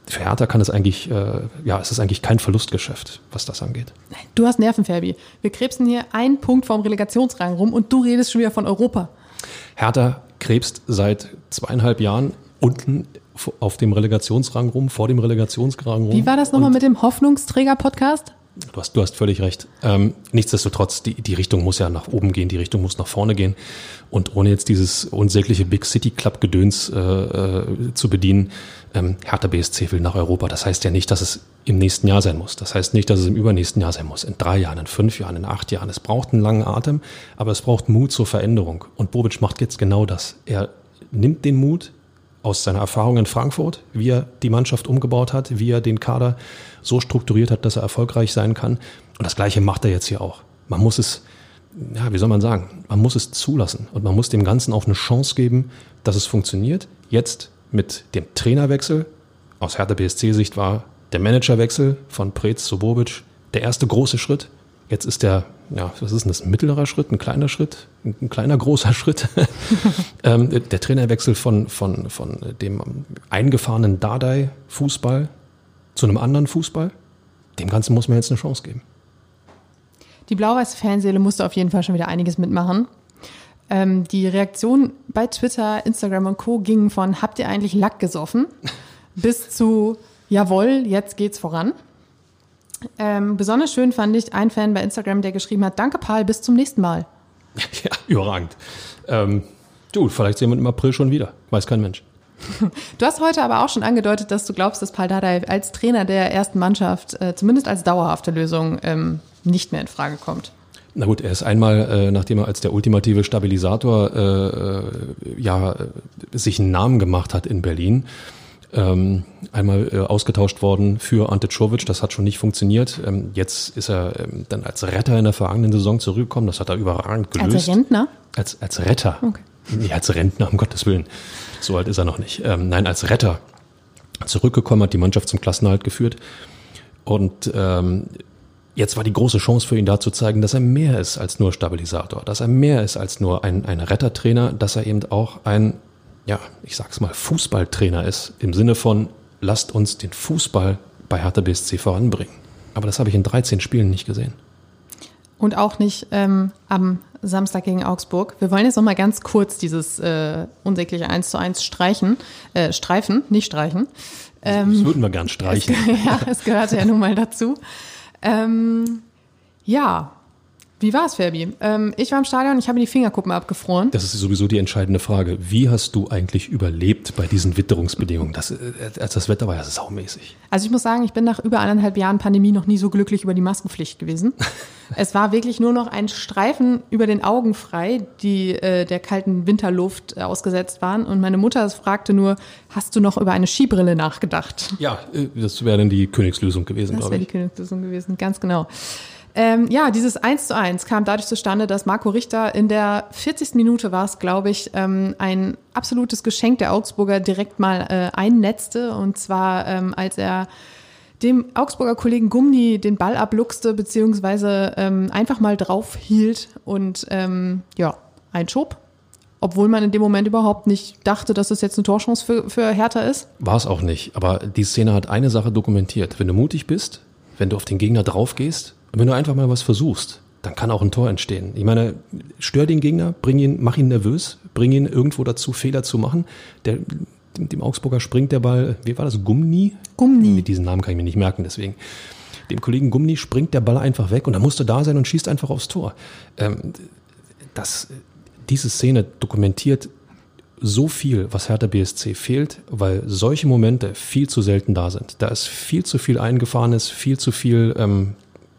für Hertha kann es eigentlich, äh, ja, es ist eigentlich kein Verlustgeschäft, was das angeht. Du hast Nerven, Ferbi. Wir krebsen hier einen Punkt vorm Relegationsrang rum und du redest schon wieder von Europa. Hertha krebst seit zweieinhalb Jahren unten auf dem Relegationsrang rum, vor dem Relegationsrang rum. Wie war das nochmal mit dem Hoffnungsträger-Podcast? Du hast, du hast völlig recht. Ähm, nichtsdestotrotz, die, die Richtung muss ja nach oben gehen, die Richtung muss nach vorne gehen. Und ohne jetzt dieses unsägliche Big City Club Gedöns äh, äh, zu bedienen, ähm, Hertha B S C will nach Europa. Das heißt ja nicht, dass es im nächsten Jahr sein muss. Das heißt nicht, dass es im übernächsten Jahr sein muss. In drei Jahren, in fünf Jahren, in acht Jahren. Es braucht einen langen Atem, aber es braucht Mut zur Veränderung. Und Bobic macht jetzt genau das. Er nimmt den Mut aus seiner Erfahrung in Frankfurt, wie er die Mannschaft umgebaut hat, wie er den Kader so strukturiert hat, dass er erfolgreich sein kann. Und das Gleiche macht er jetzt hier auch. Man muss es, ja, wie soll man sagen, man muss es zulassen und man muss dem Ganzen auch eine Chance geben, dass es funktioniert. Jetzt mit dem Trainerwechsel, aus Hertha B S C-Sicht war der Managerwechsel von Preetz zu Bobic der erste große Schritt. Jetzt ist der, ja, was ist denn das, ein mittlerer Schritt, ein kleiner Schritt, ein, ein kleiner, großer Schritt. ähm, der Trainerwechsel von, von, von dem eingefahrenen Dardai-Fußball zu einem anderen Fußball. Dem Ganzen muss man jetzt eine Chance geben. Die blau-weiße Fanseele musste auf jeden Fall schon wieder einiges mitmachen. Ähm, die Reaktionen bei Twitter, Instagram und Co. gingen von habt ihr eigentlich Lack gesoffen bis zu jawohl, jetzt geht's voran. Ähm, besonders schön fand ich einen Fan bei Instagram, der geschrieben hat, danke Paul, bis zum nächsten Mal. Ja, überragend. Ähm, du, vielleicht sehen wir im April schon wieder. Weiß kein Mensch. Du hast heute aber auch schon angedeutet, dass du glaubst, dass Paul Dardai als Trainer der ersten Mannschaft äh, zumindest als dauerhafte Lösung ähm, nicht mehr in Frage kommt. Na gut, er ist einmal, äh, nachdem er als der ultimative Stabilisator äh, äh, ja, sich einen Namen gemacht hat in Berlin, ähm, einmal äh, ausgetauscht worden für Ante Czovic, das hat schon nicht funktioniert. Ähm, jetzt ist er ähm, dann als Retter in der vergangenen Saison zurückgekommen, das hat er überragend gelöst. Als Rentner? Als, als Retter. Okay. Nee, als Rentner, um Gottes Willen. So alt ist er noch nicht. Ähm, nein, als Retter zurückgekommen, hat die Mannschaft zum Klassenerhalt geführt. Und ähm, jetzt war die große Chance für ihn da zu zeigen, dass er mehr ist als nur Stabilisator, dass er mehr ist als nur ein, ein Rettertrainer, dass er eben auch ein, ja, ich sag's mal, Fußballtrainer ist, im Sinne von, lasst uns den Fußball bei Hertha B S C voranbringen. Aber das habe ich in dreizehn Spielen nicht gesehen. Und auch nicht ähm, am Samstag gegen Augsburg. Wir wollen jetzt noch mal ganz kurz dieses äh, unsägliche eins zu eins streichen, äh, streifen, nicht streichen. Ähm, das würden wir gern streichen. Es, ja, es gehörte ja nun mal dazu. Ähm, ja, wie war es, Ferbi? Ähm, ich war im Stadion, ich habe die Fingerkuppen abgefroren. Das ist sowieso die entscheidende Frage. Wie hast du eigentlich überlebt bei diesen Witterungsbedingungen? Das, äh, das Wetter war ja saumäßig. Also ich muss sagen, ich bin nach über anderthalb Jahren Pandemie noch nie so glücklich über die Maskenpflicht gewesen. Es war wirklich nur noch ein Streifen über den Augen frei, die äh, der kalten Winterluft äh, ausgesetzt waren. Und meine Mutter fragte nur, hast du noch über eine Skibrille nachgedacht? Ja, äh, das wäre dann die Königslösung gewesen, glaube ich. Das wäre die Königslösung gewesen, ganz genau. Ähm, ja, dieses eins zu eins kam dadurch zustande, dass Marco Richter in der vierzigsten Minute war es, glaube ich, ähm, ein absolutes Geschenk der Augsburger direkt mal äh, einnetzte. Und zwar, ähm, als er dem Augsburger Kollegen Gumni den Ball abluchste, beziehungsweise ähm, einfach mal drauf hielt und ähm, ja, einschob. Obwohl man in dem Moment überhaupt nicht dachte, dass es jetzt eine Torchance für, für Hertha ist. War es auch nicht. Aber die Szene hat eine Sache dokumentiert. Wenn du mutig bist, wenn du auf den Gegner drauf gehst, und wenn du einfach mal was versuchst, dann kann auch ein Tor entstehen. Ich meine, stör den Gegner, bring ihn, mach ihn nervös, bring ihn irgendwo dazu, Fehler zu machen. Der, dem Augsburger springt der Ball, wie war das, Gumni? Gumni. Diesen Namen kann ich mir nicht merken, deswegen. Dem Kollegen Gumni springt der Ball einfach weg und dann musst du da sein und schießt einfach aufs Tor. Ähm, das, diese Szene dokumentiert so viel, was Hertha B S C fehlt, weil solche Momente viel zu selten da sind. Da ist viel zu viel Eingefahrenes, viel zu viel, ähm,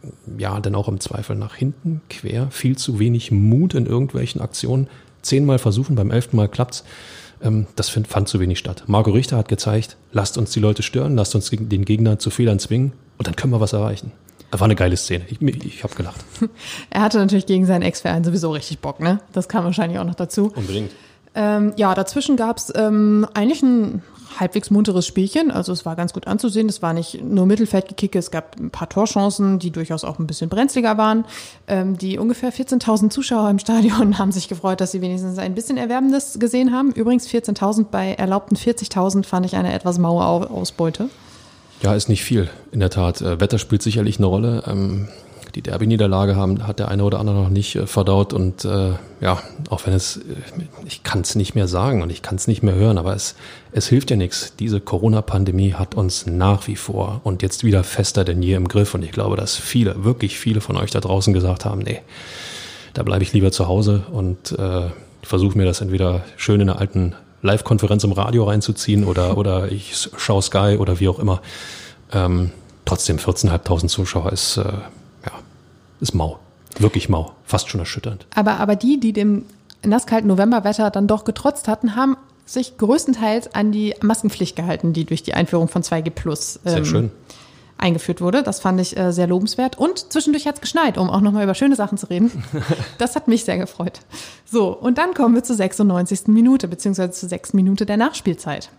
ja, dann auch im Zweifel nach hinten, quer, viel zu wenig Mut in irgendwelchen Aktionen. Zehnmal versuchen, beim elften Mal klappt's. Ähm, das find, fand zu wenig statt. Marco Richter hat gezeigt, lasst uns die Leute stören, lasst uns den Gegner zu Fehlern zwingen und dann können wir was erreichen. Das war eine geile Szene. Ich, ich habe gelacht. Er hatte natürlich gegen seinen Ex-Verein sowieso richtig Bock, ne? Das kam wahrscheinlich auch noch dazu. Unbedingt. Ähm, ja, dazwischen gab's ähm, eigentlich ein halbwegs munteres Spielchen. Also es war ganz gut anzusehen. Es war nicht nur Mittelfeldgekicke, es gab ein paar Torchancen, die durchaus auch ein bisschen brenzliger waren. Ähm, die ungefähr vierzehntausend Zuschauer im Stadion haben sich gefreut, dass sie wenigstens ein bisschen Erwerbendes gesehen haben. Übrigens vierzehntausend bei erlaubten vierzigtausend fand ich eine etwas maue Ausbeute. Ja, ist nicht viel, in der Tat. Äh, Wetter spielt sicherlich eine Rolle. Ähm, die Derby-Niederlage haben, hat der eine oder andere noch nicht äh, verdaut. Und äh, ja, auch wenn es, äh, ich kann es nicht mehr sagen und ich kann es nicht mehr hören, aber es, es hilft ja nichts. Diese Corona-Pandemie hat uns nach wie vor und jetzt wieder fester denn je im Griff. Und ich glaube, dass viele, wirklich viele von euch da draußen gesagt haben, nee, da bleibe ich lieber zu Hause und äh, versuche mir das entweder schön in einer alten Live-Konferenz im Radio reinzuziehen oder, oder ich schaue Sky oder wie auch immer. Ähm, trotzdem vierzehntausendfünfhundert Zuschauer ist, äh, ja, ist mau. Wirklich mau. Fast schon erschütternd. Aber, aber die, die dem nasskalten Novemberwetter dann doch getrotzt hatten, haben sich größtenteils an die Maskenpflicht gehalten, die durch die Einführung von zwei G plus ähm, Sehr schön. eingeführt wurde. Das fand ich äh, sehr lobenswert. Und zwischendurch hat es geschneit, um auch nochmal über schöne Sachen zu reden. Das hat mich sehr gefreut. So, und dann kommen wir zur sechsundneunzigsten Minute, beziehungsweise zur sechsten Minute der Nachspielzeit.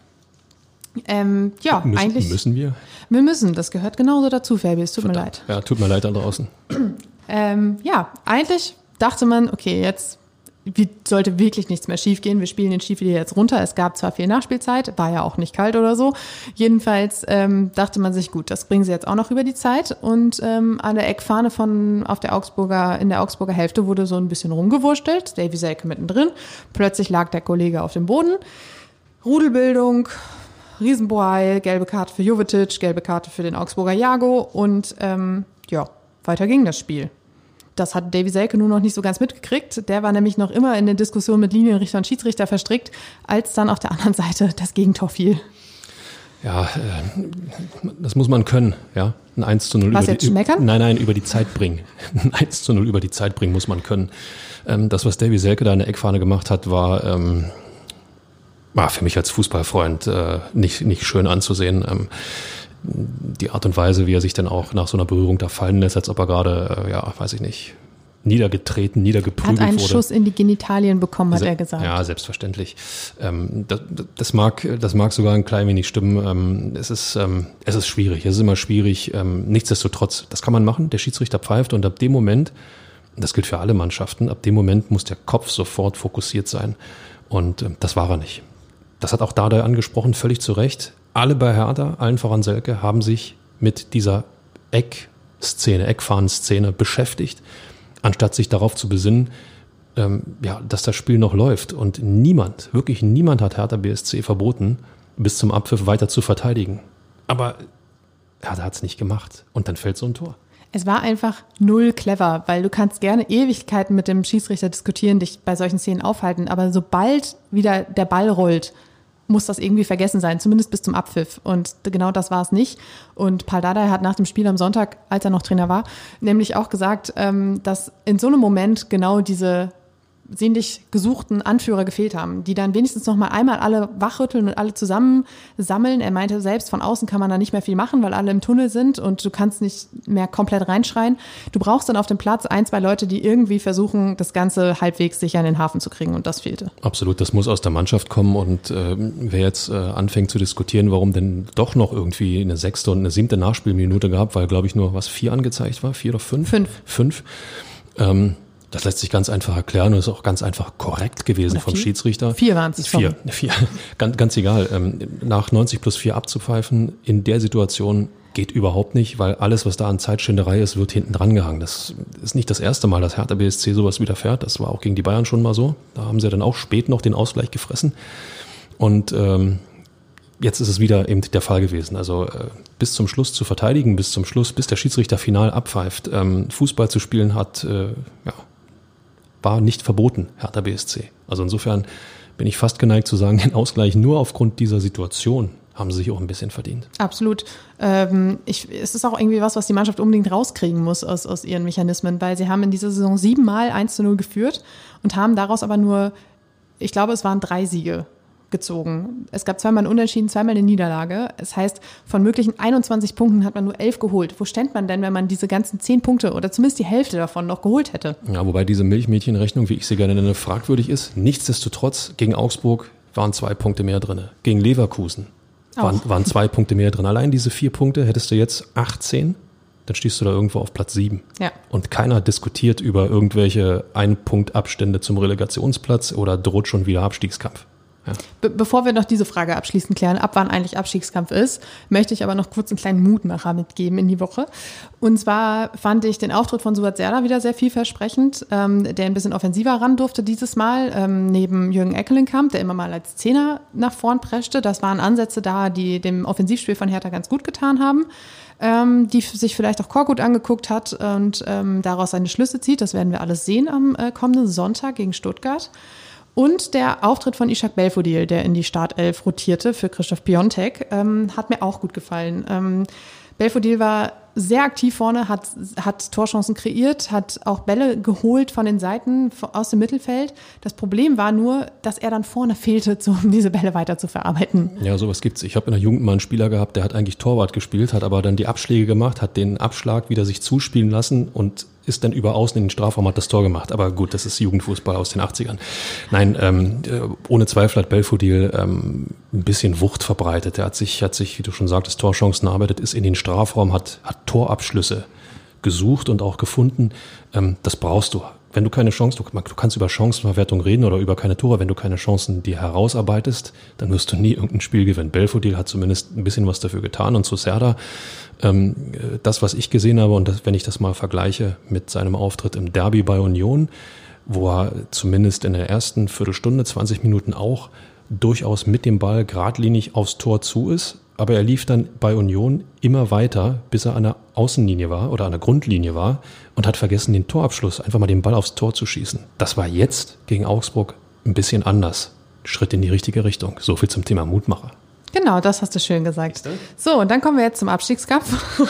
Ähm, ja, müssen, eigentlich. Müssen wir? Wir müssen, das gehört genauso dazu, Fabi, es tut Verdammt. mir leid. Ja, tut mir leid da draußen. Ähm, ja, eigentlich dachte man, okay, jetzt wie, sollte wirklich nichts mehr schief gehen. Wir spielen den Stiefel hier jetzt runter. Es gab zwar viel Nachspielzeit, war ja auch nicht kalt oder so. Jedenfalls ähm, dachte man sich, gut, das bringen sie jetzt auch noch über die Zeit. Und ähm, an der Eckfahne von auf der Augsburger, in der Augsburger Hälfte wurde so ein bisschen rumgewurstelt. Davy Selke mittendrin. Plötzlich lag der Kollege auf dem Boden. Rudelbildung, Riesenbohai, gelbe Karte für Jovetic, gelbe Karte für den Augsburger Jago und ähm, ja, weiter ging das Spiel. Das hat Davy Selke nur noch nicht so ganz mitgekriegt. Der war nämlich noch immer in der Diskussion mit Linienrichter und Schiedsrichter verstrickt, als dann auf der anderen Seite das Gegentor fiel. Ja, äh, das muss man können, ja. Ein eins zu null Was über jetzt die, schmeckern? Nein, nein, über die Zeit bringen. Ein eins zu null über die Zeit bringen muss man können. Ähm, das, was Davy Selke da in der Eckfahne gemacht hat, war, ähm, war für mich als Fußballfreund äh, nicht, nicht schön anzusehen. Ähm, die Art und Weise, wie er sich dann auch nach so einer Berührung da fallen lässt, als ob er gerade, äh, ja, weiß ich nicht, niedergetreten, niedergeprügelt wurde. Hat einen wurde. Schuss in die Genitalien bekommen, hat Se- er gesagt. Ja, selbstverständlich. Ähm, das, das mag, das mag sogar ein klein wenig stimmen. Ähm, es ist, ähm, es ist schwierig. Es ist immer schwierig. Ähm, nichtsdestotrotz, das kann man machen. Der Schiedsrichter pfeift und ab dem Moment, das gilt für alle Mannschaften, ab dem Moment muss der Kopf sofort fokussiert sein. Und äh, das war er nicht. Das hat auch Dardai angesprochen, völlig zu Recht. Alle bei Hertha, allen voran Selke, haben sich mit dieser Eckszene, Eckfahnenszene beschäftigt, anstatt sich darauf zu besinnen, ähm, ja, dass das Spiel noch läuft. Und niemand, wirklich niemand hat Hertha B S C verboten, bis zum Abpfiff weiter zu verteidigen. Aber Hertha hat es nicht gemacht. Und dann fällt so ein Tor. Es war einfach null clever, weil du kannst gerne Ewigkeiten mit dem Schiedsrichter diskutieren, dich bei solchen Szenen aufhalten, aber sobald wieder der Ball rollt, muss das irgendwie vergessen sein, zumindest bis zum Abpfiff. Und genau das war es nicht. Und Pal Dardai hat nach dem Spiel am Sonntag, als er noch Trainer war, nämlich auch gesagt, dass in so einem Moment genau diese sehnlich gesuchten Anführer gefehlt haben, die dann wenigstens noch mal einmal alle wachrütteln und alle zusammen sammeln. Er meinte, selbst von außen kann man da nicht mehr viel machen, weil alle im Tunnel sind und du kannst nicht mehr komplett reinschreien. Du brauchst dann auf dem Platz ein, zwei Leute, die irgendwie versuchen, das Ganze halbwegs sicher in den Hafen zu kriegen und das fehlte. Absolut, das muss aus der Mannschaft kommen und äh, wer jetzt äh, anfängt zu diskutieren, warum denn doch noch irgendwie eine sechste und eine siebte Nachspielminute gab, weil glaube ich nur was vier angezeigt war, vier oder fünf? Fünf. Fünf. Ähm, Das lässt sich ganz einfach erklären und ist auch ganz einfach korrekt gewesen Oder vom vier? Schiedsrichter. Vier waren es. Vier, vier. Ganz, ganz egal. Nach neunzig plus vier abzupfeifen in der Situation geht überhaupt nicht, weil alles, was da an Zeitschinderei ist, wird hinten dran gehangen. Das ist nicht das erste Mal, dass Hertha B S C sowas widerfährt. Das war auch gegen die Bayern schon mal so. Da haben sie dann auch spät noch den Ausgleich gefressen. Und ähm, jetzt ist es wieder eben der Fall gewesen. Also äh, bis zum Schluss zu verteidigen, bis zum Schluss, bis der Schiedsrichter final abpfeift, ähm, Fußball zu spielen hat, äh, ja, war nicht verboten, Hertha B S C. Also insofern bin ich fast geneigt zu sagen, den Ausgleich nur aufgrund dieser Situation haben sie sich auch ein bisschen verdient. Absolut. Ähm, ich, es ist auch irgendwie was, was die Mannschaft unbedingt rauskriegen muss aus, aus ihren Mechanismen, weil sie haben in dieser Saison siebenmal eins zu null geführt und haben daraus aber nur, ich glaube, es waren drei Siege gezogen. Es gab zweimal ein Unentschieden, zweimal eine Niederlage. Das heißt, von möglichen einundzwanzig Punkten hat man nur elf geholt. Wo ständ man denn, wenn man diese ganzen zehn Punkte oder zumindest die Hälfte davon noch geholt hätte? Ja, wobei diese Milchmädchenrechnung, wie ich sie gerne nenne, fragwürdig ist. Nichtsdestotrotz, gegen Augsburg waren zwei Punkte mehr drin. Gegen Leverkusen waren, waren zwei Punkte mehr drin. Allein diese vier Punkte hättest du jetzt achtzehn, dann stehst du da irgendwo auf Platz sieben. Ja. Und keiner diskutiert über irgendwelche Ein-Punkt-Abstände zum Relegationsplatz oder droht schon wieder Abstiegskampf. Ja. Be- bevor wir noch diese Frage abschließend klären, ab wann eigentlich Abstiegskampf ist, möchte ich aber noch kurz einen kleinen Mutmacher mitgeben in die Woche. Und zwar fand ich den Auftritt von Suat Serdar wieder sehr vielversprechend, ähm, der ein bisschen offensiver ran durfte dieses Mal, ähm, neben Jürgen Eckelenkamp, der immer mal als Zehner nach vorn preschte. Das waren Ansätze da, die dem Offensivspiel von Hertha ganz gut getan haben, ähm, die sich vielleicht auch Korkut angeguckt hat und ähm, daraus seine Schlüsse zieht. Das werden wir alles sehen am äh, kommenden Sonntag gegen Stuttgart. Und der Auftritt von Ishak Belfodil, der in die Startelf rotierte für Christoph Piontek, ähm, hat mir auch gut gefallen. Ähm, Belfodil war sehr aktiv vorne, hat, hat Torchancen kreiert, hat auch Bälle geholt von den Seiten aus dem Mittelfeld. Das Problem war nur, dass er dann vorne fehlte, um diese Bälle weiter zu verarbeiten. Ja, sowas gibt's. Ich habe in der Jugend mal einen Spieler gehabt, der hat eigentlich Torwart gespielt, hat aber dann die Abschläge gemacht, hat den Abschlag wieder sich zuspielen lassen und ist dann über außen in den Strafraum, hat das Tor gemacht. Aber gut, das ist Jugendfußball aus den achtzigern. Nein, ähm, ohne Zweifel hat Belfodil ähm, ein bisschen Wucht verbreitet. Er hat sich, hat sich, wie du schon sagtest, Torchancen erarbeitet, ist in den Strafraum, hat, hat Torabschlüsse gesucht und auch gefunden. Ähm, das brauchst du. Wenn du keine Chance, du, du kannst über Chancenverwertung reden oder über keine Tore, wenn du keine Chancen dir herausarbeitest, dann wirst du nie irgendein Spiel gewinnen. Belfodil hat zumindest ein bisschen was dafür getan und zu Serdar, ähm, das, was ich gesehen habe und das, wenn ich das mal vergleiche mit seinem Auftritt im Derby bei Union, wo er zumindest in der ersten Viertelstunde, zwanzig Minuten auch durchaus mit dem Ball geradlinig aufs Tor zu ist, aber er lief dann bei Union immer weiter, bis er an der Außenlinie war oder an der Grundlinie war und hat vergessen, den Torabschluss, einfach mal den Ball aufs Tor zu schießen. Das war jetzt gegen Augsburg ein bisschen anders. Schritt in die richtige Richtung. So viel zum Thema Mutmacher. Genau, das hast du schön gesagt. So, und dann kommen wir jetzt zum Abstiegskampf.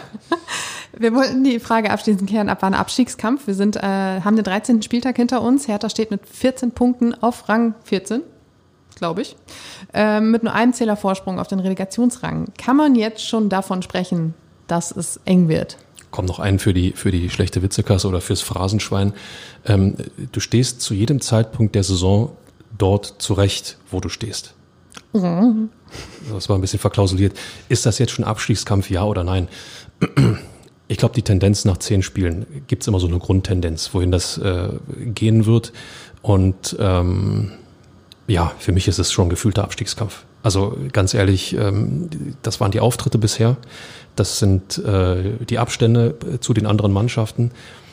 Wir wollten die Frage abschließend klären, ab wann Abstiegskampf. Wir sind, äh, haben den dreizehnten Spieltag hinter uns. Hertha steht mit vierzehn Punkten auf Rang vierzehn. Glaube ich, äh, mit nur einem Zähler Vorsprung auf den Relegationsrang. Kann man jetzt schon davon sprechen, dass es eng wird? Komm, noch einen für die, für die schlechte Witzekasse oder fürs Phrasenschwein. Ähm, du stehst zu jedem Zeitpunkt der Saison dort zurecht, wo du stehst. Mhm. Das war ein bisschen verklausuliert. Ist das jetzt schon Abstiegskampf, ja oder nein? Ich glaube, die Tendenz nach zehn Spielen gibt es immer so eine Grundtendenz, wohin das äh, gehen wird. Und ähm, ja, für mich ist es schon gefühlter Abstiegskampf. Also ganz ehrlich, ähm, das waren die Auftritte bisher. Das sind äh, die Abstände zu den anderen Mannschaften.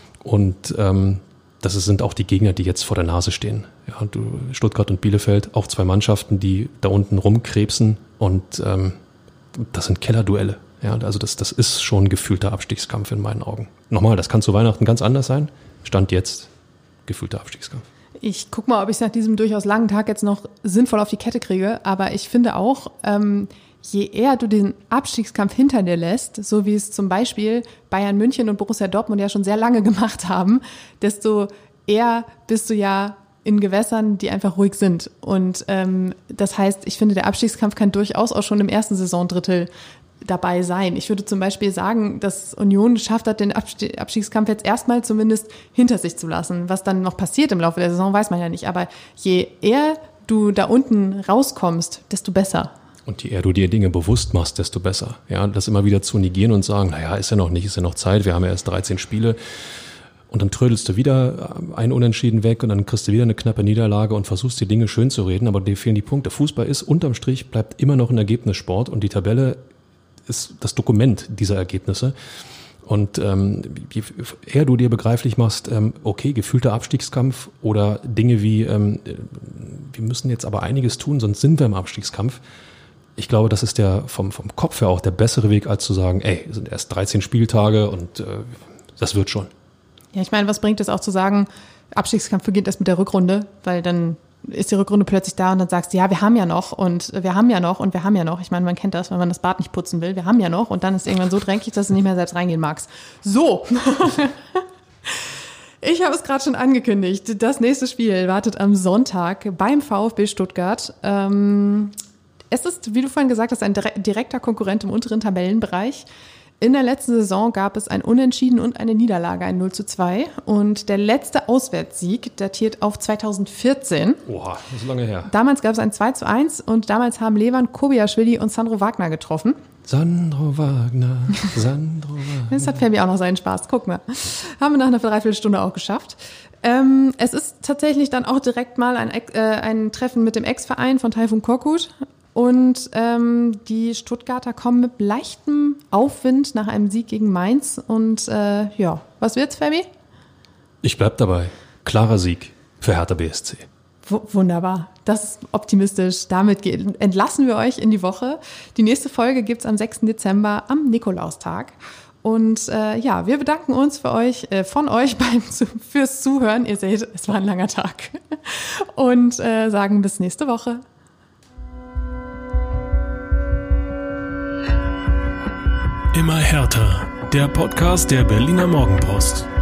Und ähm, das sind auch die Gegner, die jetzt vor der Nase stehen. Ja, du, Stuttgart und Bielefeld, auch zwei Mannschaften, die da unten rumkrebsen. Und ähm, das sind Kellerduelle. Ja, also das, das ist schon gefühlter Abstiegskampf in meinen Augen. Nochmal, das kann zu Weihnachten ganz anders sein. Stand jetzt gefühlter Abstiegskampf. Ich gucke mal, ob ich es nach diesem durchaus langen Tag jetzt noch sinnvoll auf die Kette kriege. Aber ich finde auch, ähm, je eher du den Abstiegskampf hinter dir lässt, so wie es zum Beispiel Bayern München und Borussia Dortmund ja schon sehr lange gemacht haben, desto eher bist du ja in Gewässern, die einfach ruhig sind. Und ähm, das heißt, ich finde, der Abstiegskampf kann durchaus auch schon im ersten Saisondrittel dabei sein. Ich würde zum Beispiel sagen, dass Union geschafft hat, den Abstiegskampf jetzt erstmal zumindest hinter sich zu lassen. Was dann noch passiert im Laufe der Saison, weiß man ja nicht. Aber je eher du da unten rauskommst, desto besser. Und je eher du dir Dinge bewusst machst, desto besser. Ja, das immer wieder zu negieren und sagen, naja, ist ja noch nicht, ist ja noch Zeit, wir haben ja erst dreizehn Spiele. Und dann trödelst du wieder ein Unentschieden weg und dann kriegst du wieder eine knappe Niederlage und versuchst die Dinge schön zu reden, aber dir fehlen die Punkte. Fußball ist unterm Strich, bleibt immer noch ein Ergebnissport und die Tabelle ist das Dokument dieser Ergebnisse. Und ähm, je eher du dir begreiflich machst, ähm, okay, gefühlter Abstiegskampf oder Dinge wie, ähm, wir müssen jetzt aber einiges tun, sonst sind wir im Abstiegskampf. Ich glaube, das ist der vom, vom Kopf her auch der bessere Weg, als zu sagen, ey, es sind erst dreizehn Spieltage und äh, das wird schon. Ja, ich meine, was bringt es auch zu sagen, Abstiegskampf beginnt erst mit der Rückrunde, weil dann ist die Rückrunde plötzlich da und dann sagst du, ja, wir haben ja noch und wir haben ja noch und wir haben ja noch. Ich meine, man kennt das, wenn man das Bad nicht putzen will. Wir haben ja noch und dann ist irgendwann so dreckig, dass du nicht mehr selbst reingehen magst. So. Ich habe es gerade schon angekündigt. Das nächste Spiel wartet am Sonntag beim VfB Stuttgart. Ähm, es ist, wie du vorhin gesagt hast, ein direkter Konkurrent im unteren Tabellenbereich. In der letzten Saison gab es ein Unentschieden und eine Niederlage, ein null zu zwei. Und der letzte Auswärtssieg datiert auf zweitausendvierzehn. Oha, das ist lange her. Damals gab es ein zwei zu eins und damals haben Levan Kobiaschwili und Sandro Wagner getroffen. Sandro Wagner, Sandro Wagner. Das hat Fabi auch noch seinen Spaß. Guck mal. Haben wir nach einer Dreiviertelstunde auch geschafft. Ähm, es ist tatsächlich dann auch direkt mal ein, äh, ein Treffen mit dem Ex-Verein von Taifun Korkut. Und ähm, die Stuttgarter kommen mit leichtem Aufwind nach einem Sieg gegen Mainz. Und äh, ja, was wird's, Fabi? Ich bleib dabei. Klarer Sieg für Hertha B S C. W- wunderbar, das ist optimistisch. Damit ge- entlassen wir euch in die Woche. Die nächste Folge gibt's am sechsten Dezember am Nikolaustag. Und äh, ja, wir bedanken uns für euch, äh, von euch beim Zu- fürs Zuhören. Ihr seht, es war ein langer Tag. Und äh, sagen bis nächste Woche. Immer härter. Der Podcast der Berliner Morgenpost.